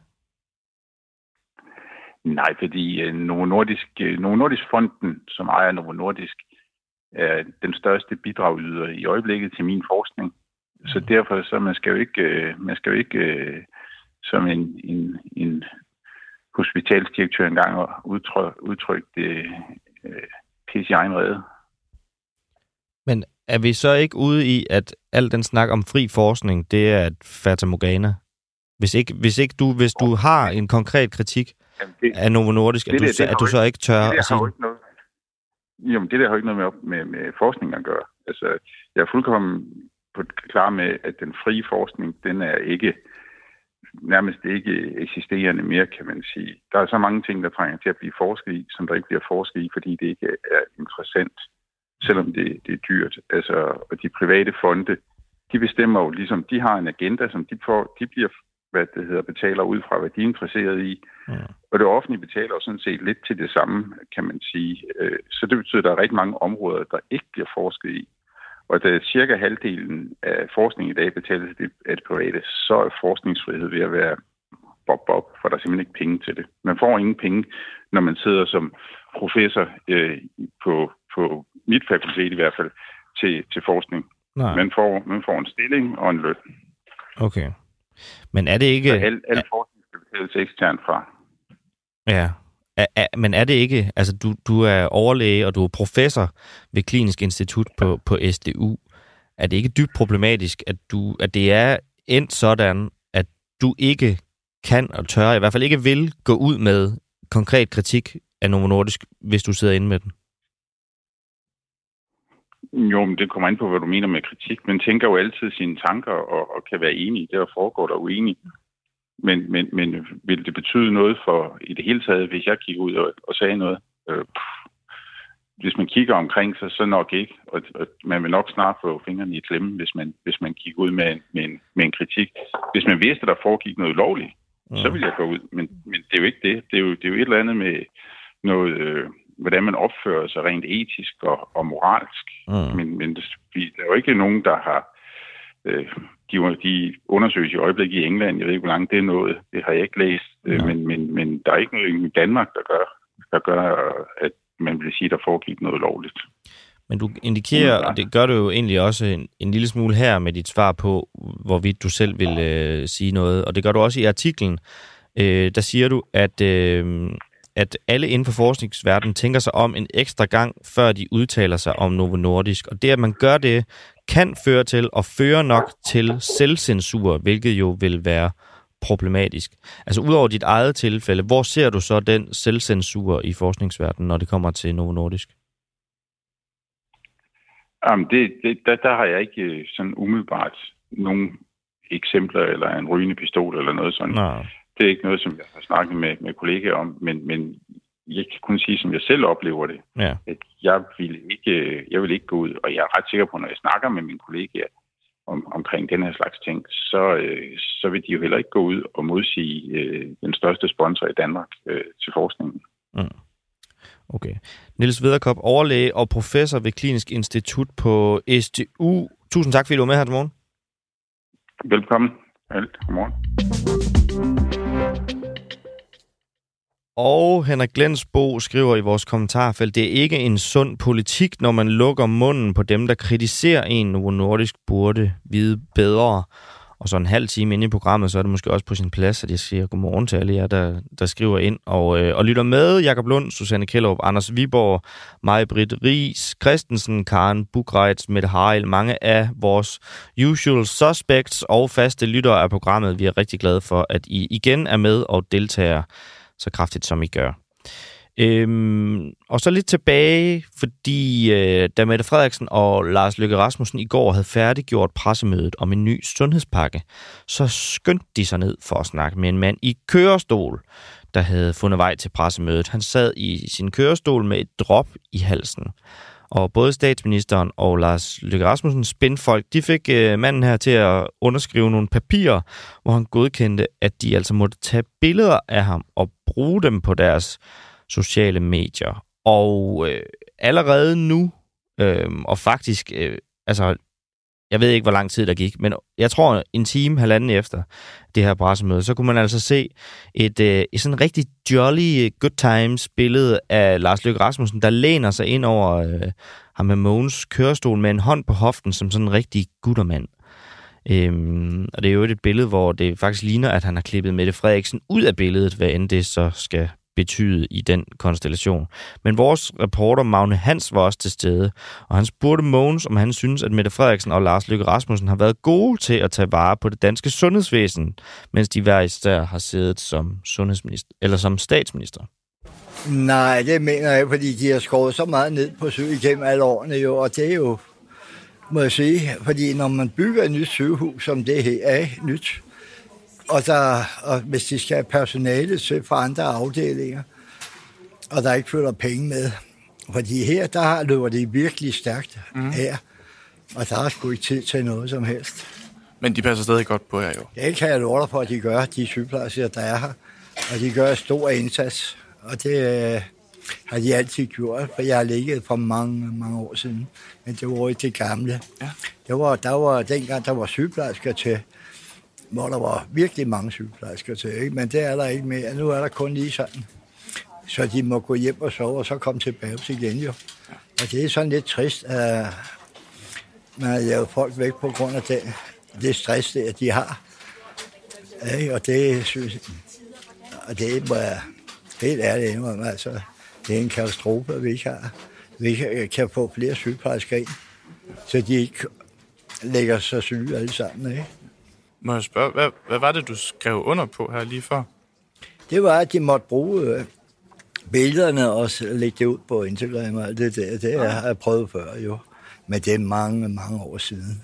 Nej, fordi Novo Nordisk Fonden, som ejer Novo Nordisk, er den største bidragyder i øjeblikket til min forskning. Så derfor så man skal jo ikke som en hospitalsdirektør engang udtrykke det til sin egen rede. Men er vi så ikke ude i, at al den snak om fri forskning, det er et fatamorgana? Hvis du har en konkret kritik af Novo Nordisk, at du så ikke tør at sige... Jamen, det der har ikke noget med forskning at gøre. Altså, jeg er fuldkommen klar med, at den frie forskning, den er nærmest ikke eksisterende mere, kan man sige. Der er så mange ting, der trænger til at blive forsket i, som der ikke bliver forsket i, fordi det ikke er interessant, selvom det er dyrt. Altså, og de private fonde, de bestemmer jo ligesom, de har en agenda, som de bliver betaler ud fra, hvad de er interesseret i. Ja. Og det offentlige betaler jo sådan set lidt til det samme, kan man sige. Så det betyder, at der er rigtig mange områder, der ikke bliver forsket i. Og da cirka halvdelen af forskning i dag betales af det private, så er forskningsfrihed ved at være bob, for der er simpelthen ikke penge til det. Man får ingen penge, når man sidder som professor på mit fakultet i hvert fald, til forskning. Nej. Man får en stilling og en løn. Okay. Men er det ikke... Al forskning skal betales eksternt fra. Ja. Men er det ikke... Altså, du er overlæge, og du er professor ved Klinisk Institut på SDU. Er det ikke dybt problematisk, at det er endt sådan, at du ikke kan og tør, i hvert fald ikke vil gå ud med konkret kritik af Novo Nordisk, hvis du sidder inde med den? Jo, men det kommer an på, hvad du mener med kritik. Man tænker jo altid sine tanker og kan være enig i det, og foregår der uenig. Men vil det betyde noget for i det hele taget, hvis jeg kigger ud og sagde noget? Hvis man kigger omkring sig, så nok ikke. Og man vil nok snart få fingrene i klemme, hvis man kigger ud med en kritik. Hvis man vidste, at der foregik noget lovligt, så vil jeg gå ud. Men det er jo ikke det. Det er jo et eller andet med noget... hvordan man opfører sig rent etisk og moralsk. Men der er jo ikke nogen, der har... De undersøges i øjeblikket i England. Jeg ved ikke, hvor langt det er noget. Det har jeg ikke læst. Men der er ikke noget i Danmark, der gør, at man vil sige, at der foregik noget lovligt. Men du indikerer, og det gør du jo egentlig også en lille smule her med dit svar på, hvorvidt du selv vil sige noget. Og det gør du også i artiklen. Der siger du, at alle inden for forskningsverdenen tænker sig om en ekstra gang, før de udtaler sig om Novo Nordisk. Og det, at man gør det, kan føre til og føre nok til selvcensur, hvilket jo vil være problematisk. Altså udover dit eget tilfælde, hvor ser du så den selvcensur i forskningsverdenen, når det kommer til Novo Nordisk? Der har jeg ikke sådan umiddelbart nogle eksempler, eller en rygende pistol, eller noget sådan. Nej. Det er ikke noget, som jeg har snakket med kollegaer om, men jeg kan kun sige, som jeg selv oplever det, at jeg vil ikke gå ud, og jeg er ret sikker på, når jeg snakker med mine kollegaer omkring den her slags ting, så vil de jo heller ikke gå ud og modsige den største sponsor i Danmark til forskningen. Okay. Niels Vederkop, overlæge og professor ved Klinisk Institut på SDU. Tusind tak, fordi du var med her til morgen. Velkommen. Godmorgen. Og Henrik Glensbo skriver i vores kommentarfelt, det er ikke en sund politik, når man lukker munden på dem, der kritiserer en. Novo Nordisk burde vide bedre. Og så en halv time inde i programmet, så er det måske også på sin plads, at jeg siger godmorgen til alle jer, der skriver ind og lytter med. Jakob Lund, Susanne Kjellup, Anders Viborg, Maj-Britt Riis, Christensen, Karen Buchreitz, Mette Harald, mange af vores usual suspects og faste lyttere af programmet. Vi er rigtig glade for, at I igen er med og deltager så kraftigt, som I gør. Og så lidt tilbage, fordi da Mette Frederiksen og Lars Løkke Rasmussen i går havde færdiggjort pressemødet om en ny sundhedspakke, så skyndte de sig ned for at snakke med en mand i kørestol, der havde fundet vej til pressemødet. Han sad i sin kørestol med et drop i halsen. Og både statsministeren og Lars Løkke Rasmussens spindfolk, de fik manden her til at underskrive nogle papirer, hvor han godkendte, at de altså måtte tage billeder af ham og bruge dem på deres sociale medier. Og allerede nu, og faktisk, jeg ved ikke, hvor lang tid der gik, men jeg tror en time, halvanden efter det her pressemøde, så kunne man altså se et sådan rigtig jolly good times billede af Lars Løkke Rasmussen, der læner sig ind over ham med Mogens kørestol med en hånd på hoften som sådan en rigtig guttermand. Og det er jo et billede, hvor det faktisk ligner, at han har klippet Mette Frederiksen ud af billedet, hvad end det så skal betyde i den konstellation. Men vores reporter Magne Hans var også til stede, og han spurgte Mogens, om han synes, at Mette Frederiksen og Lars Løkke Rasmussen har været gode til at tage vare på det danske sundhedsvæsen, mens de hver især har siddet som sundhedsminister eller som statsminister. Nej, det mener jeg, fordi de har skåret så meget ned på syg igennem alle årene jo, og det er jo, må jeg sige, fordi når man bygger et nyt sygehus, som det her er nyt, og hvis de skal have personale til fra andre afdelinger, og der ikke følger penge med. Fordi her, der løber det virkelig stærkt her, og der er sgu ikke tid til noget som helst. Men de passer stadig godt på her jo. Det kan jeg love dig for, at de gør, de sygeplejersker, der er her. Og de gør stor indsats, og det har de altid gjort, for jeg har ligget for mange år siden. Men det var ikke det gamle. Ja. Der var dengang, der var sygeplejersker til, hvor der var virkelig mange sygeplejersker til, ikke? Men det er der ikke mere. Nu er der kun lige sådan. Så de må gå hjem og sove, og så komme tilbage igen jo. Og det er sådan lidt trist, at man har lavet folk væk på grund af det stress, der de har. Ja, og det synes jeg, og det må jeg helt ærligt indrømme, altså, det er en katastrofe, at vi ikke kan få flere sygeplejersker ind, så de ikke lægger sig syge alle sammen, ikke? Må jeg spørge, hvad var det, du skrev under på her lige før? Det var, at de måtte bruge billederne og lægge det ud på Instagram og alt det der. Det har jeg prøvet før jo, men det er mange år siden.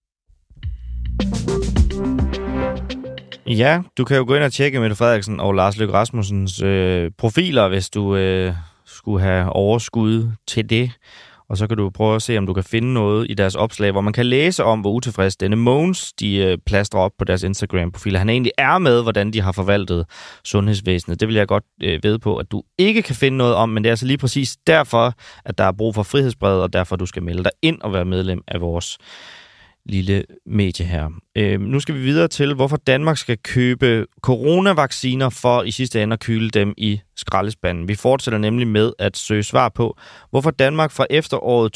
Ja, du kan jo gå ind og tjekke Mette Frederiksen og Lars Løkke Rasmussens profiler, hvis du skulle have overskud til det. Og så kan du prøve at se, om du kan finde noget i deres opslag, hvor man kan læse om, hvor utilfreds denne Mogens, de plastrer op på deres Instagram-profiler. Han egentlig er med, hvordan de har forvaltet sundhedsvæsenet. Det vil jeg godt vide på, at du ikke kan finde noget om, men det er altså lige præcis derfor, at der er brug for frihedsbrevet, og derfor du skal melde dig ind og være medlem af vores lille medie her. Nu skal vi videre til, hvorfor Danmark skal købe coronavacciner for i sidste ende at kyle dem i skraldespanden. Vi fortsætter nemlig med at søge svar på, hvorfor Danmark fra efteråret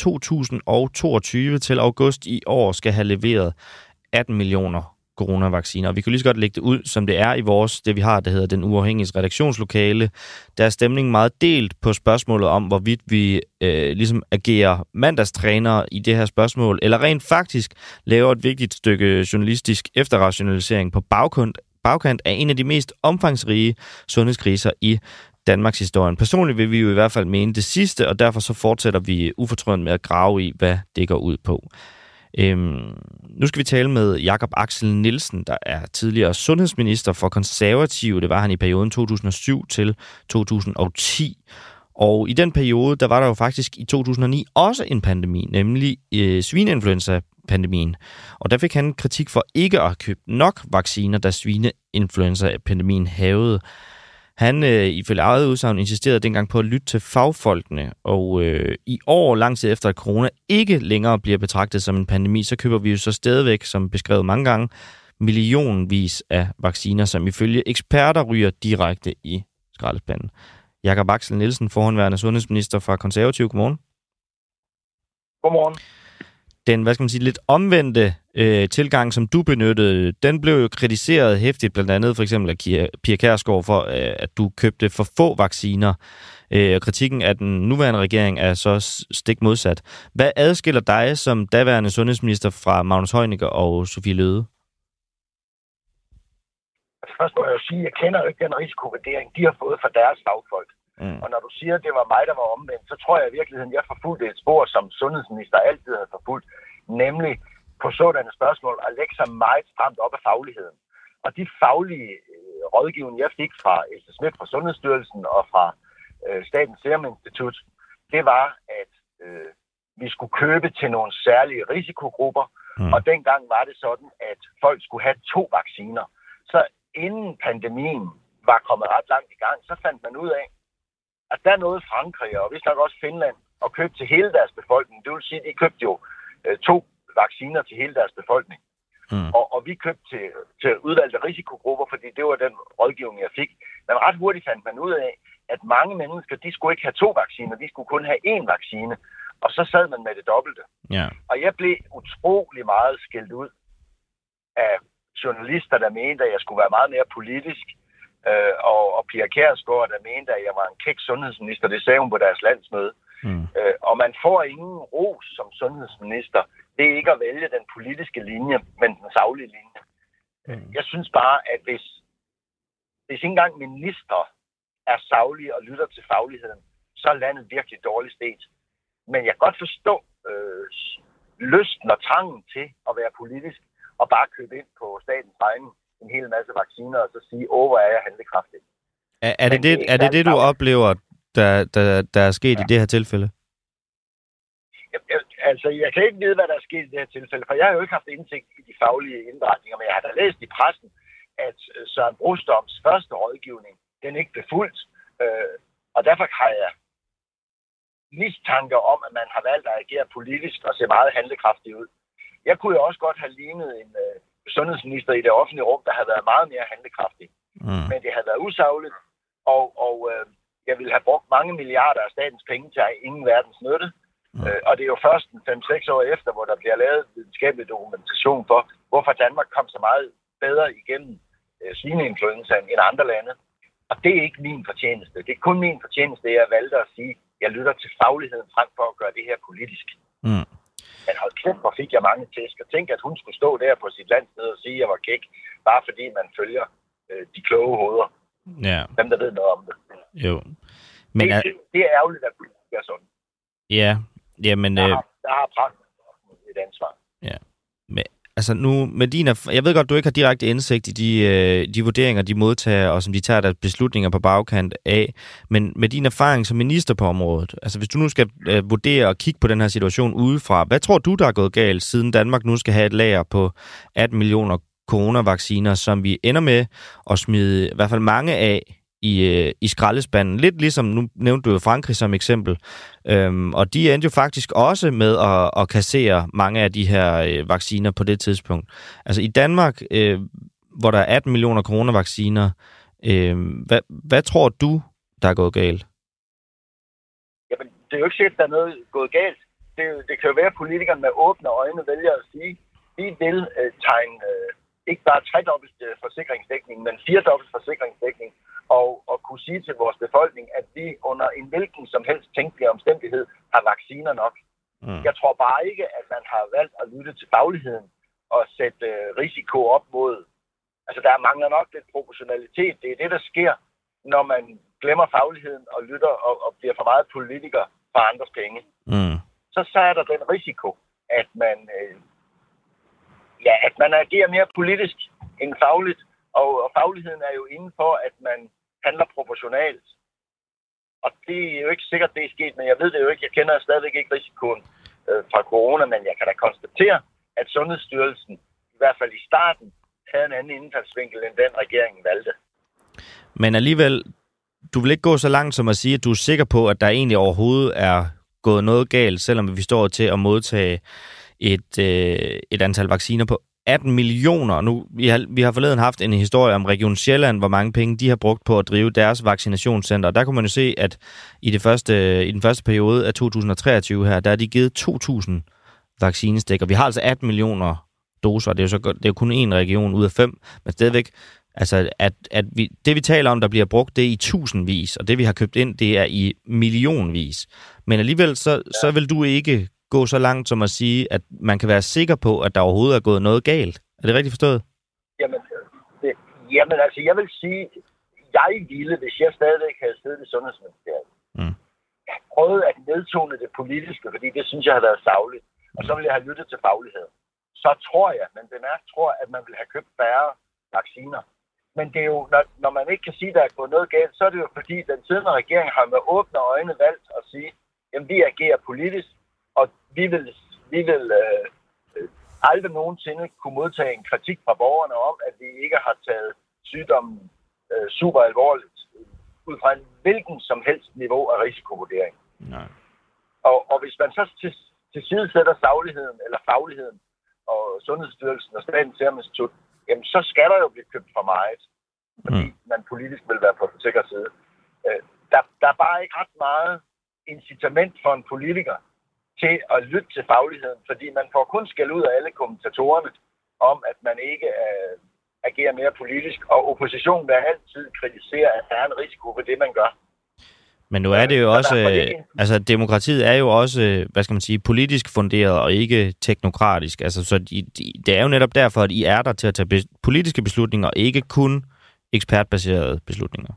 2022 til august i år skal have leveret 18 millioner coronavacciner. Og vi kan lige så godt lægge det ud, som det er i vores, det vi har, der hedder Den Uafhængige redaktionslokale. Der er stemningen meget delt på spørgsmålet om, hvorvidt vi ligesom agerer mandagstrænere i det her spørgsmål, eller rent faktisk laver et vigtigt stykke journalistisk efterrationalisering på bagkant af en af de mest omfangsrige sundhedskriser i Danmarks historie. Personligt vil vi jo i hvert fald mene det sidste, og derfor så fortsætter vi ufortrødent med at grave i, hvad det går ud på. Nu skal vi tale med Jakob Axel Nielsen, der er tidligere sundhedsminister for Konservative. Det var han i perioden 2007 til 2010. Og i den periode, der var der jo faktisk i 2009 også en pandemi, nemlig svineinfluenza-pandemien. Og der fik han kritik for ikke at have købt nok vacciner, da svineinfluenza-pandemien havede. Han ifølge eget udsagn insisterede dengang på at lytte til fagfolkene, og i år, lang tid efter at corona ikke længere bliver betragtet som en pandemi, så køber vi jo så stadigvæk, som beskrevet mange gange, millionvis af vacciner, som ifølge eksperter ryger direkte i skraldespanden. Jakob Axel Nielsen, forhåndværende sundhedsminister fra Konservative. Godmorgen. Godmorgen. Den, hvad skal man sige, lidt omvendte tilgang, som du benyttede, den blev jo kritiseret hæftigt, blandt andet for eksempel af Pia Kjærsgaard, for at du købte for få vacciner. Kritikken af den nuværende regering er så stik modsat. Hvad adskiller dig som daværende sundhedsminister fra Magnus Heunicke og Sophie Løhde? Først må jeg jo sige, at jeg kender ikke den risikovurdering, de har fået fra deres fagfolk. Og når du siger, at det var mig, der var omvendt, så tror jeg i virkeligheden, jeg forfulgte et spor, som sundhedsminister altid havde forfulgt, nemlig på sådanne spørgsmål at lægge sig meget stramt op af fagligheden. Og de faglige rådgivning, jeg fik fra Else Schmidt fra Sundhedsstyrelsen og fra Statens Serum Institut, det var, at vi skulle købe til nogle særlige risikogrupper, og dengang var det sådan, at folk skulle have 2 vacciner. Så inden pandemien var kommet ret langt i gang, så fandt man ud af, at der nåede Frankrig og vist nok også Finland og købte til hele deres befolkning. Det vil sige, at de købte jo 2 vacciner til hele deres befolkning. Og vi købte til udvalgte risikogrupper, fordi det var den rådgivning, jeg fik. Men ret hurtigt fandt man ud af, at mange mennesker, de skulle ikke have 2 vacciner, de skulle kun have 1 vaccine. Og så sad man med det dobbelte. Ja. Og jeg blev utrolig meget skældt ud af journalister, der mente, at jeg skulle være meget mere politisk. Og Pia Kjærsgaard, der mente, at jeg var en kæk sundhedsminister. Det sagde hun på deres landsmøde. Og man får ingen ros som sundhedsminister. Det er ikke at vælge den politiske linje, men den saglige linje. Jeg synes bare, at hvis ikke engang ministre er saglige og lytter til fagligheden, så er landet virkelig dårligt sted. Men jeg kan godt forstå lysten og trangen til at være politisk og bare købe ind på statens regning en hel masse vacciner og så sige, hvor er jeg handlekraftig. Er det det, du oplever, der er sket i det her tilfælde? Jeg kan ikke vide, hvad der er sket i det her tilfælde, for jeg har jo ikke haft indsigt i de faglige indberetninger, men jeg har da læst i pressen, at Søren Brostrøms første rådgivning, den ikke blev fulgt, og derfor har jeg mistanker om, at man har valgt at agere politisk og se meget handlekraftig ud. Jeg kunne jo også godt have lignet en sundhedsminister i det offentlige rum, der havde været meget mere handlekraftig. Men det havde været usagligt, og jeg ville have brugt mange milliarder af statens penge til ingen verdens nytte. Og det er jo først 5-6 år efter, hvor der bliver lavet videnskabelig dokumentation for, hvorfor Danmark kom så meget bedre igennem svineinfluenzaen end andre lande. Og det er ikke min fortjeneste. Det er kun min fortjeneste, at jeg valgte at sige, at jeg lytter til fagligheden frem for at gøre det her politisk. Men hold kæft, hvor fik jeg mange tæsk. Og tænk, at hun skulle stå der på sit landsted og sige, at jeg var kæk, bare fordi man følger de kloge hoveder. Ja. Dem, der ved noget om det. Jo. Men det er ærgerligt, at politik er sådan. Ja, jamen... Der har praktisk et ansvar. Ja. Men, altså nu, med din jeg ved godt, du ikke har direkte indsigt i de vurderinger, de modtager, og som de tager deres beslutninger på bagkant af, men med din erfaring som minister på området, altså hvis du nu skal vurdere og kigge på den her situation udefra, hvad tror du, der er gået galt, siden Danmark nu skal have et lager på 18 millioner coronavacciner, som vi ender med at smide i hvert fald mange af i skraldespanden. Lidt ligesom, nu nævnte du jo Frankrig som eksempel, og de endte jo faktisk også med at kassere mange af de her vacciner på det tidspunkt. Altså i Danmark, hvor der er 18 millioner coronavacciner, hvad tror du, der er gået galt? Jamen, det er jo ikke sikkert, at der er noget gået galt. Det kan jo være, at politikerne med åbne øjne vælger at sige, vi vil tegne ikke bare 3-dobbelt forsikringsdækning, men 4-dobbelt forsikringsdækning, og kunne sige til vores befolkning, at vi under en hvilken som helst tænkelig omstændighed har vacciner nok. Jeg tror bare ikke, at man har valgt at lytte til fagligheden og sætte risiko op mod... Altså, der mangler nok lidt proportionalitet. Det er det, der sker, når man glemmer fagligheden og lytter og bliver for meget politiker for andres penge. Så er der den risiko, at man... at man agerer mere politisk end fagligt, og fagligheden er jo inden for, at man handler proportionalt. Og det er jo ikke sikkert, det er sket, men jeg ved det jo ikke. Jeg kender stadigvæk ikke risikoen fra corona, men jeg kan da konstatere, at Sundhedsstyrelsen, i hvert fald i starten, havde en anden indfaldsvinkel, end den regeringen valgte. Men alligevel, du vil ikke gå så langt som at sige, at du er sikker på, at der egentlig overhovedet er gået noget galt, selvom vi står til at modtage et antal vacciner på 18 millioner. Nu, vi har forleden haft en historie om Region Sjælland, hvor mange penge de har brugt på at drive deres vaccinationscenter. Der kunne man jo se, at i den første periode af 2023 her, der er de givet 2.000 vaccinestik, og vi har altså 18 millioner doser. Det er jo kun én region ud af 5, men stadigvæk, altså det vi taler om, der bliver brugt, det er i tusindvis, og det vi har købt ind, det er i millionvis. Men alligevel så vil du ikke gå så langt som at sige, at man kan være sikker på, at der overhovedet er gået noget galt. Er det rigtigt forstået? Jamen altså, jeg vil sige, jeg ville, hvis jeg stadigvæk havde siddet i Sundhedsministeriet. Jeg prøvede at nedtone det politiske, fordi det synes jeg har været sagligt. Og så ville jeg have lyttet til fagligheden. Så tror jeg, at man vil have købt færre vacciner. Men det er jo, når man ikke kan sige, at der er gået noget galt, så er det jo fordi, den siddende regering har med åbne øjne valgt at sige, at vi agerer politisk, og vi vil aldrig nogensinde kunne modtage en kritik fra borgerne om, at vi ikke har taget sygdommen super alvorligt, ud fra en hvilken som helst niveau af risikovurdering. Nej. Og hvis man så til side sætter sagligheden eller fagligheden og Sundhedsstyrelsen og Statens Serum Institut, jamen så skal der jo blive købt for meget, fordi man politisk vil være på den sikre side. Der er bare ikke ret meget incitament for en politiker til at lytte til fagligheden, fordi man får kun skæld ud af alle kommentatorerne om, at man ikke agerer mere politisk, og oppositionen vil altid kritisere, at der er en risiko for det, man gør. Men nu er det jo også, altså demokratiet er jo også, hvad skal man sige, politisk funderet og ikke teknokratisk. Altså, så det er jo netop derfor, at I er der til at tage politiske beslutninger, og ikke kun ekspertbaserede beslutninger.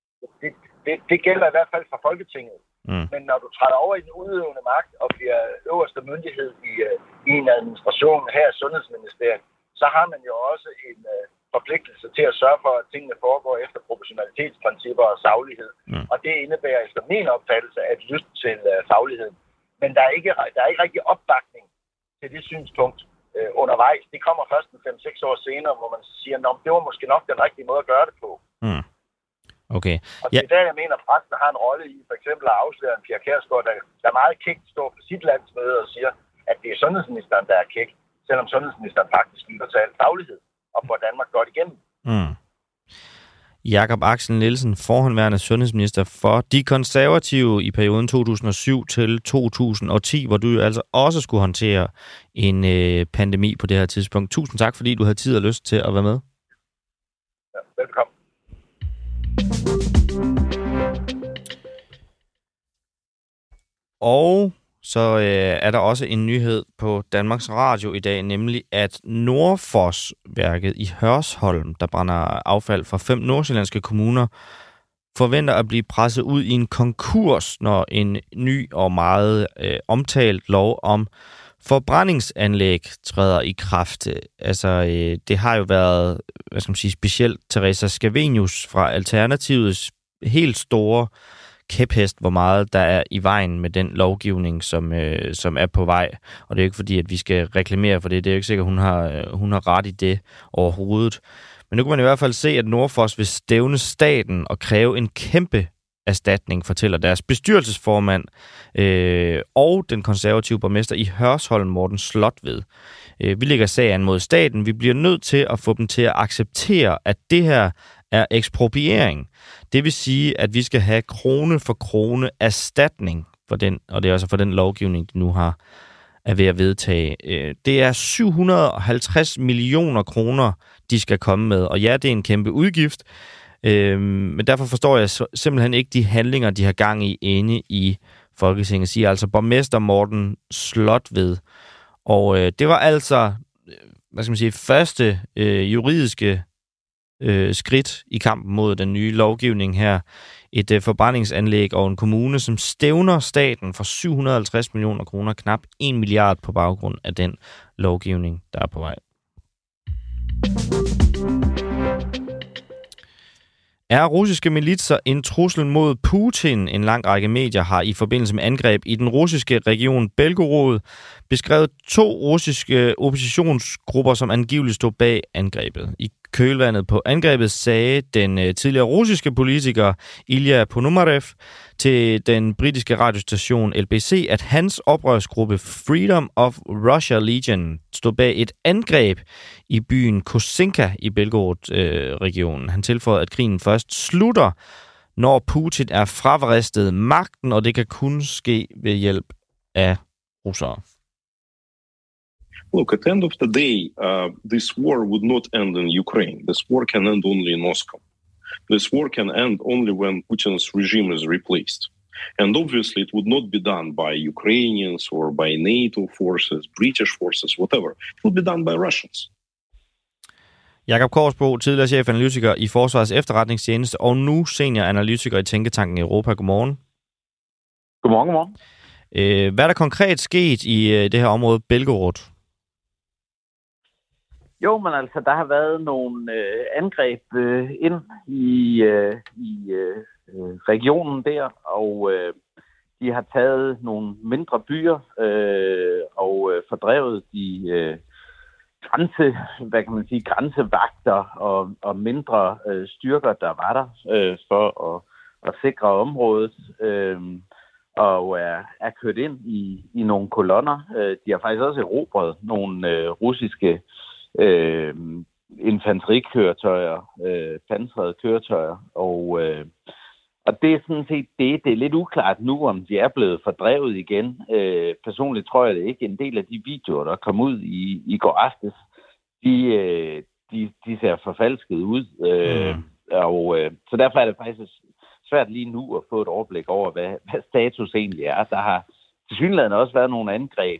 Det gælder i hvert fald for Folketinget. Men når du træder over i den udøvende magt og bliver øverste myndighed i en administration her i Sundhedsministeriet, så har man jo også en forpligtelse til at sørge for, at tingene foregår efter proportionalitetsprincipper og saglighed. Og det indebærer efter min opfattelse at lytte til fagligheden. Men der er ikke rigtig opbakning til det synspunkt undervejs. Det kommer først 5-6 år senere, hvor man siger, at det var måske nok den rigtige måde at gøre det på. Okay. Og det er der, jeg mener, at pressen har en rolle i, for eksempel at afsløre en Pia Kjærsgaard, der meget kægt står på sit landsmøde og siger, at det er sundhedsministeren, der er kægt, selvom sundhedsministeren faktisk lytter til al faglighed og får Danmark godt igennem. Jakob Axel Nielsen, forhenværende sundhedsminister for De Konservative i perioden 2007 til 2010, hvor du jo altså også skulle håndtere en pandemi på det her tidspunkt. Tusind tak, fordi du havde tid og lyst til at være med. Ja, velkommen. Og så er der også en nyhed på Danmarks Radio i dag, nemlig at Nordfos-værket i Hørsholm, der brænder affald fra 5 nordsjællandske kommuner, forventer at blive presset ud i en konkurs, når en ny og meget omtalt lov om forbrændingsanlæg træder i kraft. Altså, det har jo været, hvad skal man sige, specielt Teresa Scavenius fra Alternativets helt store kæphest, hvor meget der er i vejen med den lovgivning, som er på vej. Og det er jo ikke fordi, at vi skal reklamere for det. Det er jo ikke sikkert, hun har ret i det overhovedet. Men nu kan man i hvert fald se, at Nordfos vil stævne staten og kræve en kæmpe erstatning, fortæller deres bestyrelsesformand og den konservative borgmester i Hørsholm, Morten Slotved. Vi lægger sagen mod staten. Vi bliver nødt til at få dem til at acceptere, at det her er ekspropriering. Det vil sige, at vi skal have krone for krone erstatning for den, og det er også for den lovgivning, de nu er ved at vedtage. Det er 750 millioner kroner, de skal komme med, og ja, det er en kæmpe udgift, men derfor forstår jeg simpelthen ikke de handlinger, de har gang i inde i Folketinget, siger altså borgmester Morten Slotved. Og det var altså, hvad skal man sige, første juridiske skridt i kampen mod den nye lovgivning her. Et forbrændingsanlæg og en kommune, som stævner staten for 750 millioner kroner, knap 1 milliard på baggrund af den lovgivning, der er på vej. Er russiske militser en trussel mod Putin? En lang række medier har i forbindelse med angreb i den russiske region Belgorod beskrevet 2 russiske oppositionsgrupper, som angiveligt stod bag angrebet. I kølvandet på angrebet sagde den tidligere russiske politiker Ilya Ponomarev til den britiske radiostation LBC, at hans oprørsgruppe Freedom of Russia Legion stod bag et angreb i byen Kosinka i Belgorod-regionen. Han tilføjede, at krigen først slutter, når Putin er fravristet magten, og det kan kun ske ved hjælp af russere. Look, at the end of the day, this war would not end in Ukraine. This war can end only in Moscow. This war can end only when Putin's regime is replaced. And obviously it would not be done by Ukrainians or by NATO forces, British forces, whatever. It would be done by Russians. Jakob Korsbo, tidligere chefanalytiker i Forsvarets Efterretningstjeneste, og nu senioranalytiker i Tænketanken Europa. Godmorgen. Godmorgen. Hvad er der konkret sket i det her område, Belgorod? Jo, men altså, der har været nogle angreb ind i regionen der, og de har taget nogle mindre byer og fordrevet de grænsevagter og mindre styrker, der var der for at sikre området, og er kørt ind i nogle kolonner. De har faktisk også erobret nogle russiske infanterikøretøjer, pansrede køretøjer, og det er sådan set det er lidt uklart nu, om de er blevet fordrevet igen. Personligt tror jeg det ikke. En del af de videoer, der kom ud i går aftes, de ser forfalsket ud. Så derfor er det faktisk svært lige nu at få et overblik over, hvad status egentlig er. Der har tilsyneladende også været nogle angreb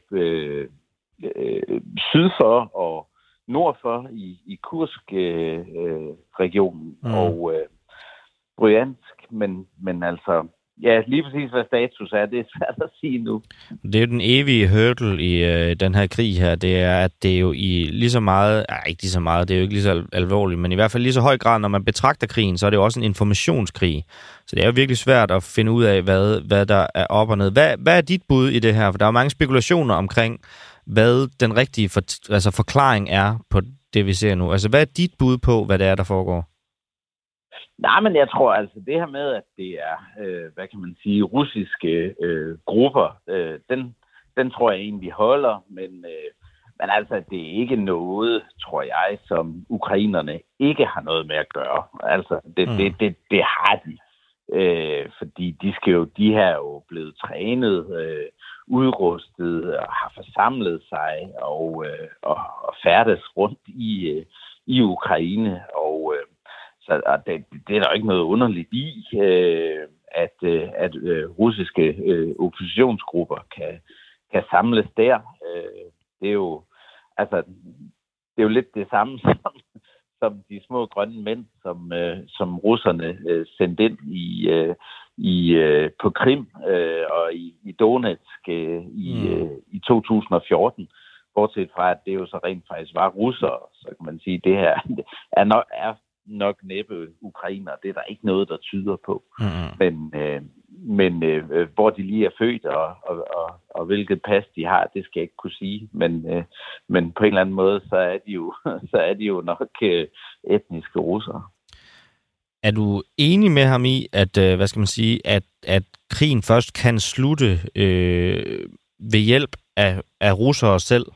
syd for og nord for i Kursk-regionen og Bryansk, men altså, ja, lige præcis hvad status er, det er svært at sige nu. Det er jo den evige hurdle i den her krig her, det er, at det er jo i lige så meget, ikke lige så meget, det er jo ikke lige så alvorligt, men i hvert fald lige så høj grad, når man betragter krigen, så er det jo også en informationskrig. Så det er jo virkelig svært at finde ud af, hvad der er op og ned. Hvad er dit bud i det her? For der er jo mange spekulationer omkring, hvad den rigtige forklaring er på det, vi ser nu. Altså, hvad er dit bud på, hvad det er, der foregår? Nej, men jeg tror altså, det her med, at det er, russiske grupper, den tror jeg egentlig holder, men altså, det er ikke noget, tror jeg, som ukrainerne ikke har noget med at gøre. Altså, det har de. Fordi de her er jo blevet trænet, udrustet og har forsamlet sig og færdes rundt i Ukraine, så det er der ikke noget underligt i, at russiske oppositionsgrupper kan samles der. Det er jo lidt det samme som de små grønne mænd, som russerne sendte ind på Krim og i Donetsk i 2014. Bortset fra, at det jo så rent faktisk var russere, så kan man sige, at det her er nok næppe ukrainer. Det er der ikke noget, der tyder på. Men hvor de lige er født og hvilket pas de har, det skal jeg ikke kunne sige. Men på en eller anden måde, så er de jo nok etniske russere. Er du enig med ham i, at at krigen først kan slutte ved hjælp af russere selv?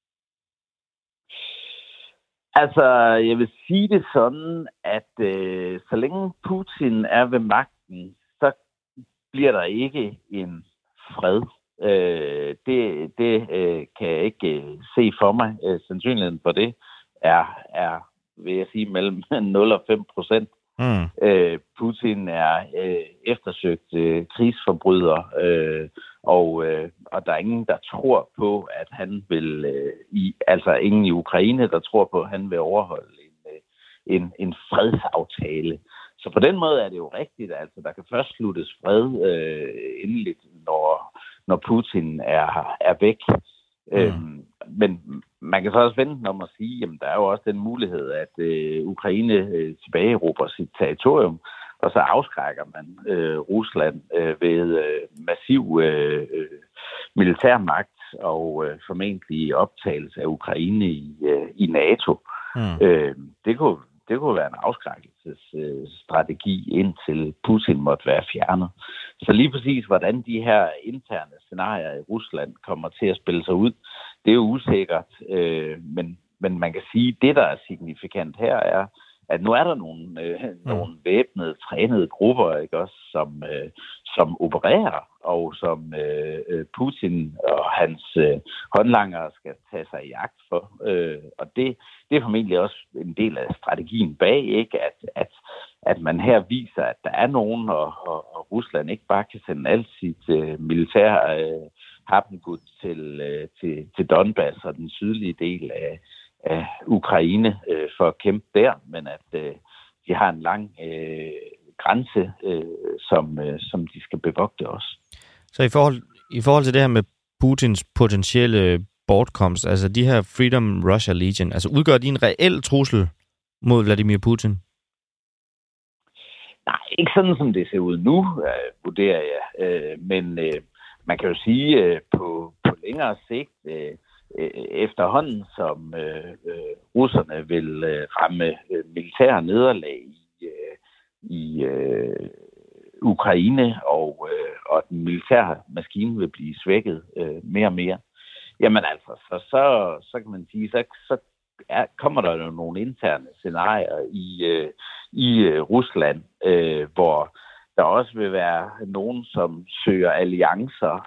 Altså, jeg vil sige det sådan, at så længe Putin er ved magten, så bliver der ikke en fred. Det kan jeg ikke se for mig. Sandsynligheden for det er, vil jeg sige, mellem 0 og 5%. Putin er eftersøgt krigsforbryder, og der er ingen, der tror på, at han vil, ingen i Ukraine, der tror på, at han vil overholde en fredsaftale. Så på den måde er det jo rigtigt, altså der kan først sluttes fred endeligt, når Putin er væk. Men man kan så også vente om at sige, jamen der er jo også den mulighed, at Ukraine tilbageerobrer sit territorium, og så afskrækker man Rusland ved massiv militærmagt og formentlig optagelse af Ukraine i NATO. Det kunne være en afskrækkelsesstrategi, indtil Putin måtte være fjernet. Så lige præcis, hvordan de her interne scenarier i Rusland kommer til at spille sig ud, det er jo usikkert. Men man kan sige, at det, der er signifikant her, er, at nu er der nogle væbnede, trænede grupper, ikke også, som opererer, og som Putin og hans håndlangere skal tage sig i agt for. Og det er formentlig også en del af strategien bag, ikke? At man her viser, at der er nogen, og Rusland ikke bare kan sende alt sit militær happengods til Donbass og den sydlige del Ukraine for at kæmpe der, men at de har en lang grænse, som de skal bevogte også. Så i forhold til det her med Putins potentielle bortkomst, altså de her Freedom Russia Legion, altså udgør de en reel trussel mod Vladimir Putin? Nej, ikke sådan som det ser ud nu, vurderer jeg. Men man kan jo sige, på længere sigt, efterhånden som russerne vil ramme militære nederlag i Ukraine, og den militære maskine vil blive svækket mere og mere. Jamen altså, så kan man sige, så kommer der jo nogle interne scenarier i Rusland, hvor der også vil være nogen, som søger alliancer,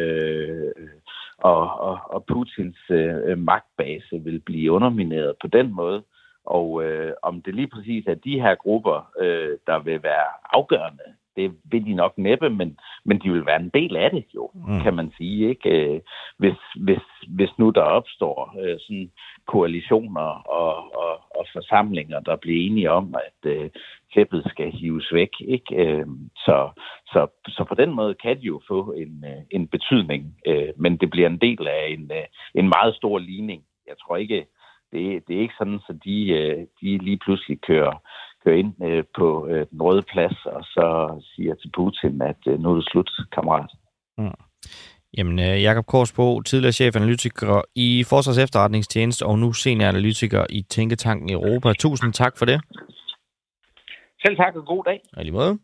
og Putins magtbase vil blive undermineret på den måde. Og om det lige præcis er de her grupper, der vil være afgørende, det vil de nok næppe, men de vil være en del af det jo, kan man sige, ikke? Hvis nu der opstår sådan koalitioner og forsamlinger, der bliver enige om, at tæppet skal hives væk, ikke? Så på den måde kan de jo få en betydning, men det bliver en del af en meget stor ligning. Jeg tror ikke, det er ikke sådan, så de lige pludselig kører ind på den røde plads, og så siger til Putin, at nu er det slut, kammerat. Jamen, Jakob Korsbo, tidligere chefanalytiker i Forsvars Efterretningstjeneste, og nu senioranalytiker i Tænketanken Europa. Tusind tak for det. Selv tak, og god dag. Og i lige måde.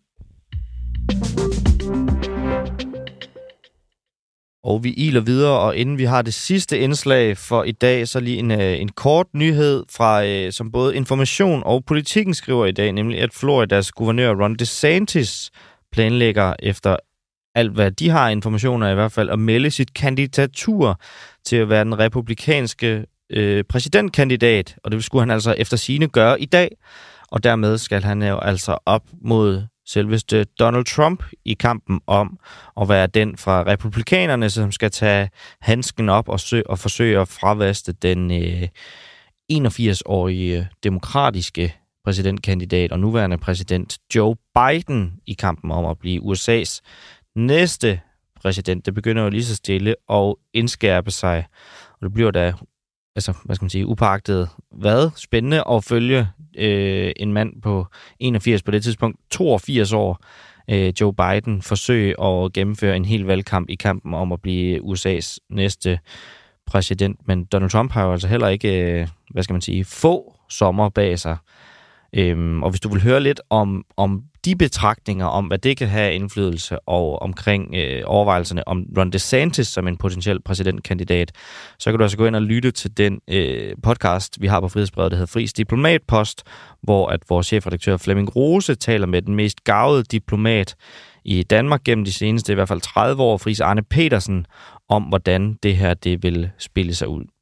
Og vi iler videre, og inden vi har det sidste indslag for i dag, så lige en kort nyhed fra, som både Information og Politikken skriver i dag, nemlig at Floridas guvernør Ron DeSantis planlægger efter alt, hvad de har informationer i hvert fald, at melde sit kandidatur til at være den republikanske præsidentkandidat, og det skulle han altså efter sigende gøre i dag, og dermed skal han jo altså op mod selveste Donald Trump i kampen om at være den fra republikanerne, som skal tage handsken op og forsøge at fravaste den 81-årige demokratiske præsidentkandidat og nuværende præsident Joe Biden i kampen om at blive USA's næste præsident. Det begynder jo lige så stille at indskærpe sig, og det bliver da, altså, hvad skal man sige, upåagtet spændende at følge en mand på 81, på det tidspunkt 82 år, Joe Biden, forsøge at gennemføre en hel valgkamp i kampen om at blive USA's næste præsident. Men Donald Trump har jo altså heller ikke, hvad skal man sige, få sommer bag sig. Og hvis du vil høre lidt om de betragtninger om, hvad det kan have indflydelse og omkring overvejelserne om Ron DeSantis som en potentiel præsidentkandidat, så kan du altså gå ind og lytte til den podcast, vi har på Frihedsbrevet, der hedder Fris Diplomatpost, hvor at vores chefredaktør Flemming Rose taler med den mest garvede diplomat i Danmark gennem de seneste i hvert fald 30 år, Friis Arne Petersen, om hvordan det her det vil spille sig ud.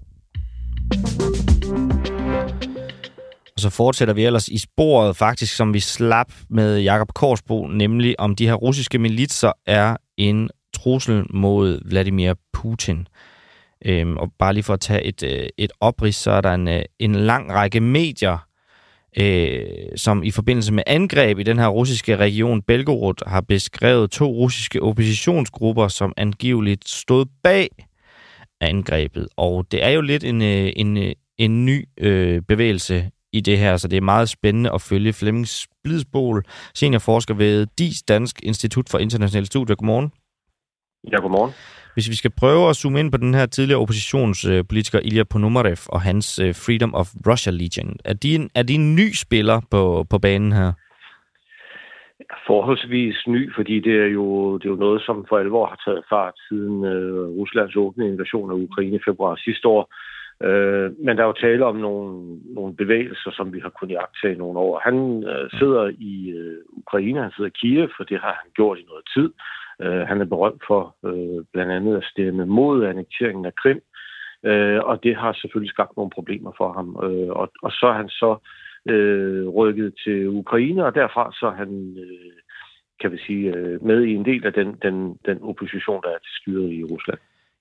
Og så fortsætter vi ellers i sporet faktisk, som vi slap med Jakob Korsbo, nemlig om de her russiske militser er en trussel mod Vladimir Putin. Og bare lige for at tage et oprids, så er der en lang række medier, som i forbindelse med angreb i den her russiske region Belgorod har beskrevet 2 russiske oppositionsgrupper, som angiveligt stod bag angrebet. Og det er jo lidt en ny bevægelse i det her, så det er meget spændende at følge. Flemming Splidsbol, seniorforsker ved DIS, Dansk Institut for Internationale Studier. Godmorgen. Ja, godmorgen. Hvis vi skal prøve at zoome ind på den her tidligere oppositionspolitiker Ilya Ponomarev og hans Freedom of Russia Legion, er de en ny spiller på banen her? Forholdsvis ny, fordi det er jo noget, som for alvor har taget fart siden Ruslands åbne invasion af Ukraine i februar sidste år. Men der er jo tale om nogle bevægelser, som vi har kunnet iagttage nogle år. Han sidder i Ukraine, han sidder i Kiev, for det har han gjort i noget tid. Han er berømt for blandt andet at stemme mod annekteringen af Krim, og det har selvfølgelig skabt nogle problemer for ham. Og så er han rykket til Ukraine, og derfra så er han, kan vi sige, med i en del af den opposition, der er til styret i Rusland.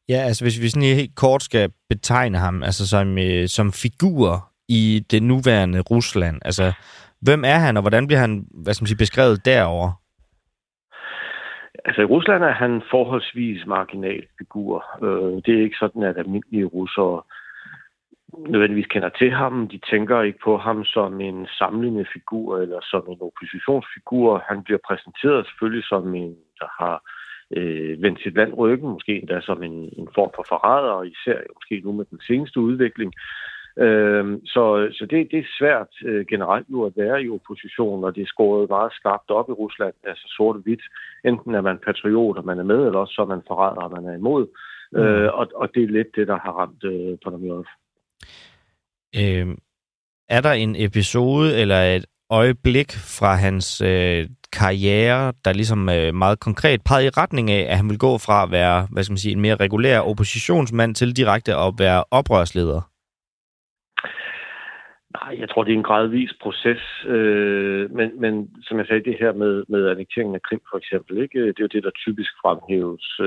Ja, altså hvis vi sådan helt kort skal betegne ham altså som figur i det nuværende Rusland, altså hvem er han, og hvordan bliver han, beskrevet derovre? Altså i Rusland er han forholdsvis marginal figur. Det er ikke sådan, at almindelige russere nødvendigvis kender til ham. De tænker ikke på ham som en samlende figur eller som en oppositionsfigur. Han bliver præsenteret selvfølgelig som en, der har vendt sit land ryggen, måske endda som en form for forræder, og især måske nu med den seneste udvikling. Så det er svært generelt jo at være i opposition, og det er skåret meget skarpt op i Rusland, altså sort og hvidt. Enten er man patriot, og man er med, eller også så er man forræder, og man er imod. Og det er lidt det, der har ramt Ponomariov. Er der en episode eller et øjeblik fra hans karriere, der ligesom meget konkret pegede i retning af, at han vil gå fra at være, en mere regulær oppositionsmand til direkte at være oprørsleder? Nej, jeg tror, det er en gradvis proces, men som jeg sagde, det her med annekteringen af Krim for eksempel, ikke? Det er jo det, der typisk fremhæves,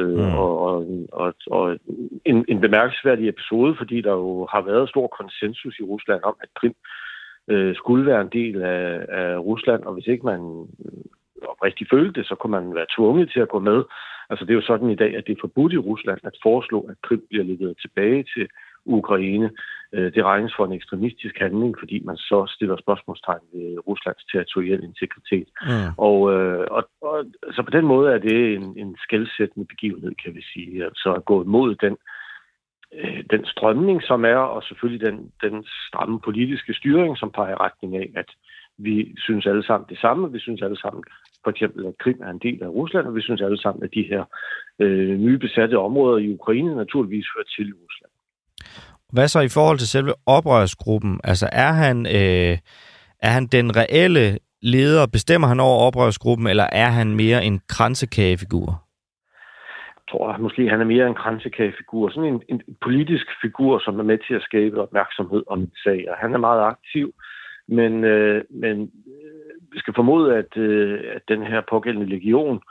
og en bemærkelsesværdig episode, fordi der jo har været stor konsensus i Rusland om, at Krim skulle være en del af Rusland, og hvis ikke man oprigtigt følte det, så kunne man være tvunget til at gå med. Altså det er jo sådan i dag, at det er forbudt i Rusland at foreslå, at Krim bliver leveret tilbage til Ukraine. Det regnes for en ekstremistisk handling, fordi man så stiller spørgsmålstegn ved Ruslands territorielle integritet. Og så på den måde er det en skelsættende begivenhed, kan vi sige. Altså at gå imod den strømning, som er, og selvfølgelig den stramme politiske styring, som peger i retning af, at vi synes alle sammen det samme. Vi synes alle sammen, for eksempel, at Krim er en del af Rusland, og vi synes alle sammen, at de her nye besatte områder i Ukraine naturligvis hører til Rusland. Hvad så i forhold til selve oprørsgruppen? Altså er han den reelle leder? Bestemmer han over oprørsgruppen, eller er han mere en kransekagefigur? Jeg tror måske, han er mere en kransekagefigur. Sådan en politisk figur, som er med til at skabe opmærksomhed om en sag. Og han er meget aktiv, men vi skal formode, at den her pågældende legion,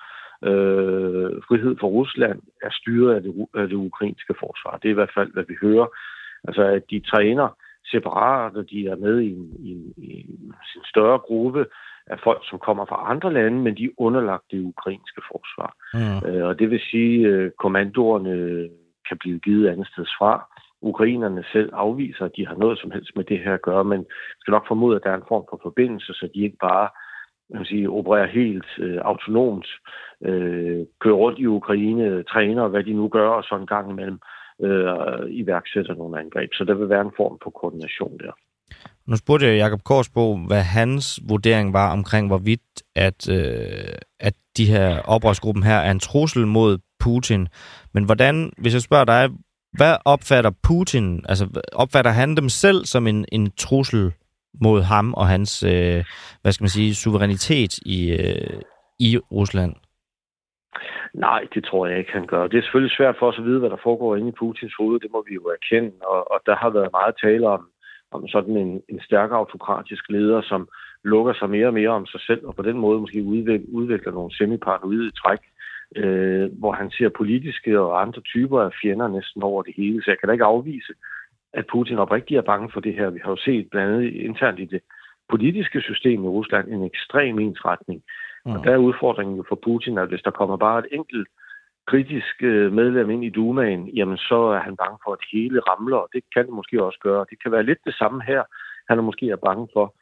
Frihed for Rusland, er styret af det ukrainske forsvar. Det er i hvert fald, hvad vi hører. Altså, at de træner separat, og de er med i en større gruppe af folk, som kommer fra andre lande, men de er underlagt det ukrainske forsvar. Og det vil sige, at kommandoerne kan blive givet andet sted fra. Ukrainerne selv afviser, at de har noget som helst med det her at gøre, men skal nok formode, at der er en form for forbindelse, så de ikke bare opererer helt autonomt, kører rundt i Ukraine, træner, hvad de nu gør, og så en gang imellem iværksætter nogle angreb. Så der vil være en form for koordination der. Nu spurgte jeg Jakob Korsbo, hvad hans vurdering var omkring, hvorvidt at de her oprørsgruppen her er en trussel mod Putin. Men hvordan, hvis jeg spørger dig, hvad opfatter Putin? Altså opfatter han dem selv som en trussel mod ham og hans, suverænitet i Rusland? Nej, det tror jeg ikke, han gør. Det er selvfølgelig svært for os at vide, hvad der foregår inde i Putins hoved. Det må vi jo erkende. Og der har været meget tale om sådan en stærk autokratisk leder, som lukker sig mere og mere om sig selv, og på den måde måske udvikler nogle semiparanoide træk, hvor han ser politiske og andre typer af fjender næsten over det hele. Så jeg kan da ikke afvise, at Putin oprigtigt er bange for det her. Vi har jo set blandt andet internt i det politiske system i Rusland en ekstrem ensretning. Og der er udfordringen jo for Putin, at hvis der kommer bare et enkelt kritisk medlem ind i Dumaen, jamen så er han bange for, at hele ramler, og det kan det måske også gøre. Det kan være lidt det samme her. Han er måske bange for,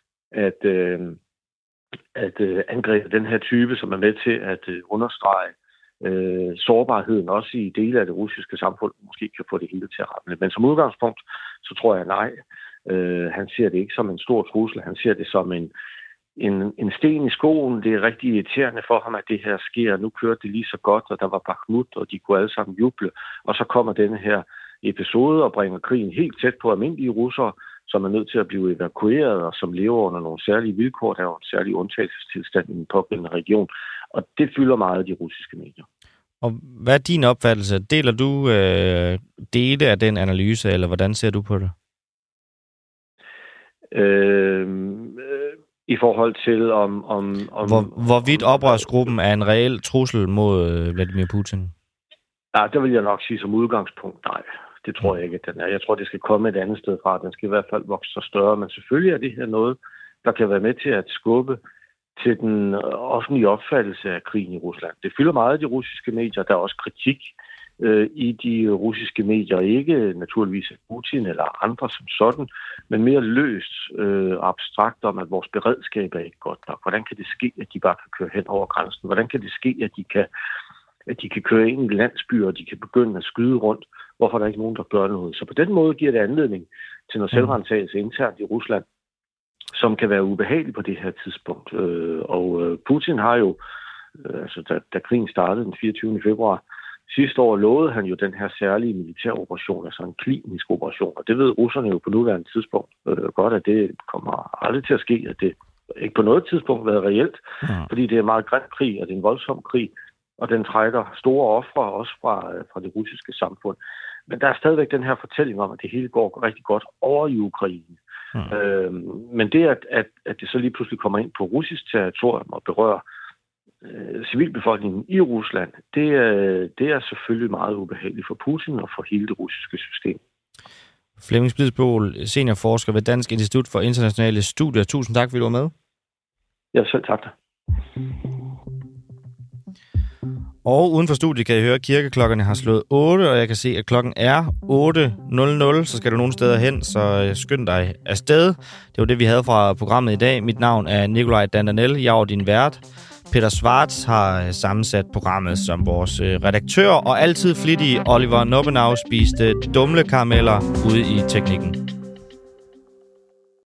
at angribe den her type, som er med til at understrege sårbarheden også i dele af det russiske samfund, måske kan få det hele til at ramle. Men som udgangspunkt, så tror jeg nej. Han ser det ikke som en stor trussel. Han ser det som en sten i skoen. Det er rigtig irriterende for ham, at det her sker. Nu kørte det lige så godt, og der var Bakhmut, og de kunne alle sammen juble. Og så kommer denne her episode og bringer krigen helt tæt på almindelige russere, som er nødt til at blive evakueret, og som lever under nogle særlige vilkår. Der er jo en særlig undtagelsestilstand i den pågældende region. Og det fylder meget de russiske medier. Og hvad er din opfattelse? Deler du dele af den analyse, eller hvordan ser du på det? I forhold til hvorvidt oprørsgruppen er en reel trussel mod Vladimir Putin? Ja, det vil jeg nok sige som udgangspunkt, nej. Det tror jeg ikke, at den er. Jeg tror, det skal komme et andet sted fra. Den skal i hvert fald vokse så større. Men selvfølgelig er det her noget, der kan være med til at skubbe til den offentlige opfattelse af krigen i Rusland. Det fylder meget i de russiske medier. Der er også kritik i de russiske medier. Ikke naturligvis af Putin eller andre som sådan, men mere løst abstrakt om, at vores beredskab er ikke godt nok. Hvordan kan det ske, at de bare kan køre hen over grænsen? Hvordan kan det ske, at de kan køre ind i landsbyer, og de kan begynde at skyde rundt? Hvorfor er der ikke nogen, der gør noget? Så på den måde giver det anledning til noget selvrensagelse internt i Rusland, som kan være ubehageligt på det her tidspunkt. Og Putin har jo, da krigen startede den 24. februar sidste år, lovede han jo den her særlige militæroperation, altså en klinisk operation. Og det ved russerne jo på nuværende tidspunkt godt, at det kommer aldrig til at ske, at det ikke på noget tidspunkt været reelt, fordi det er en meget grim krig, og det er en voldsom krig, og den trækker store ofre også fra det russiske samfund. Men der er stadigvæk den her fortælling om, at det hele går rigtig godt over i Ukraine. Men det, at det så lige pludselig kommer ind på russisk territorium og berører civilbefolkningen i Rusland, det er selvfølgelig meget ubehageligt for Putin og for hele det russiske system. Flemming Splidsboel, seniorforsker ved Dansk Institut for Internationale Studier. Tusind tak, fordi du var med. Ja, selv tak. Og uden for studiet kan jeg høre, at kirkeklokkerne har slået 8, og jeg kan se, at klokken er 8.00, så skal du nogle steder hen, så skynd dig afsted. Det var det, vi havde fra programmet i dag. Mit navn er Nikolaj Dandanel, jeg er din vært. Peter Schwartz har sammensat programmet som vores redaktør, og altid flittige Oliver Nobbenau spiste dumlekarameller ude i teknikken.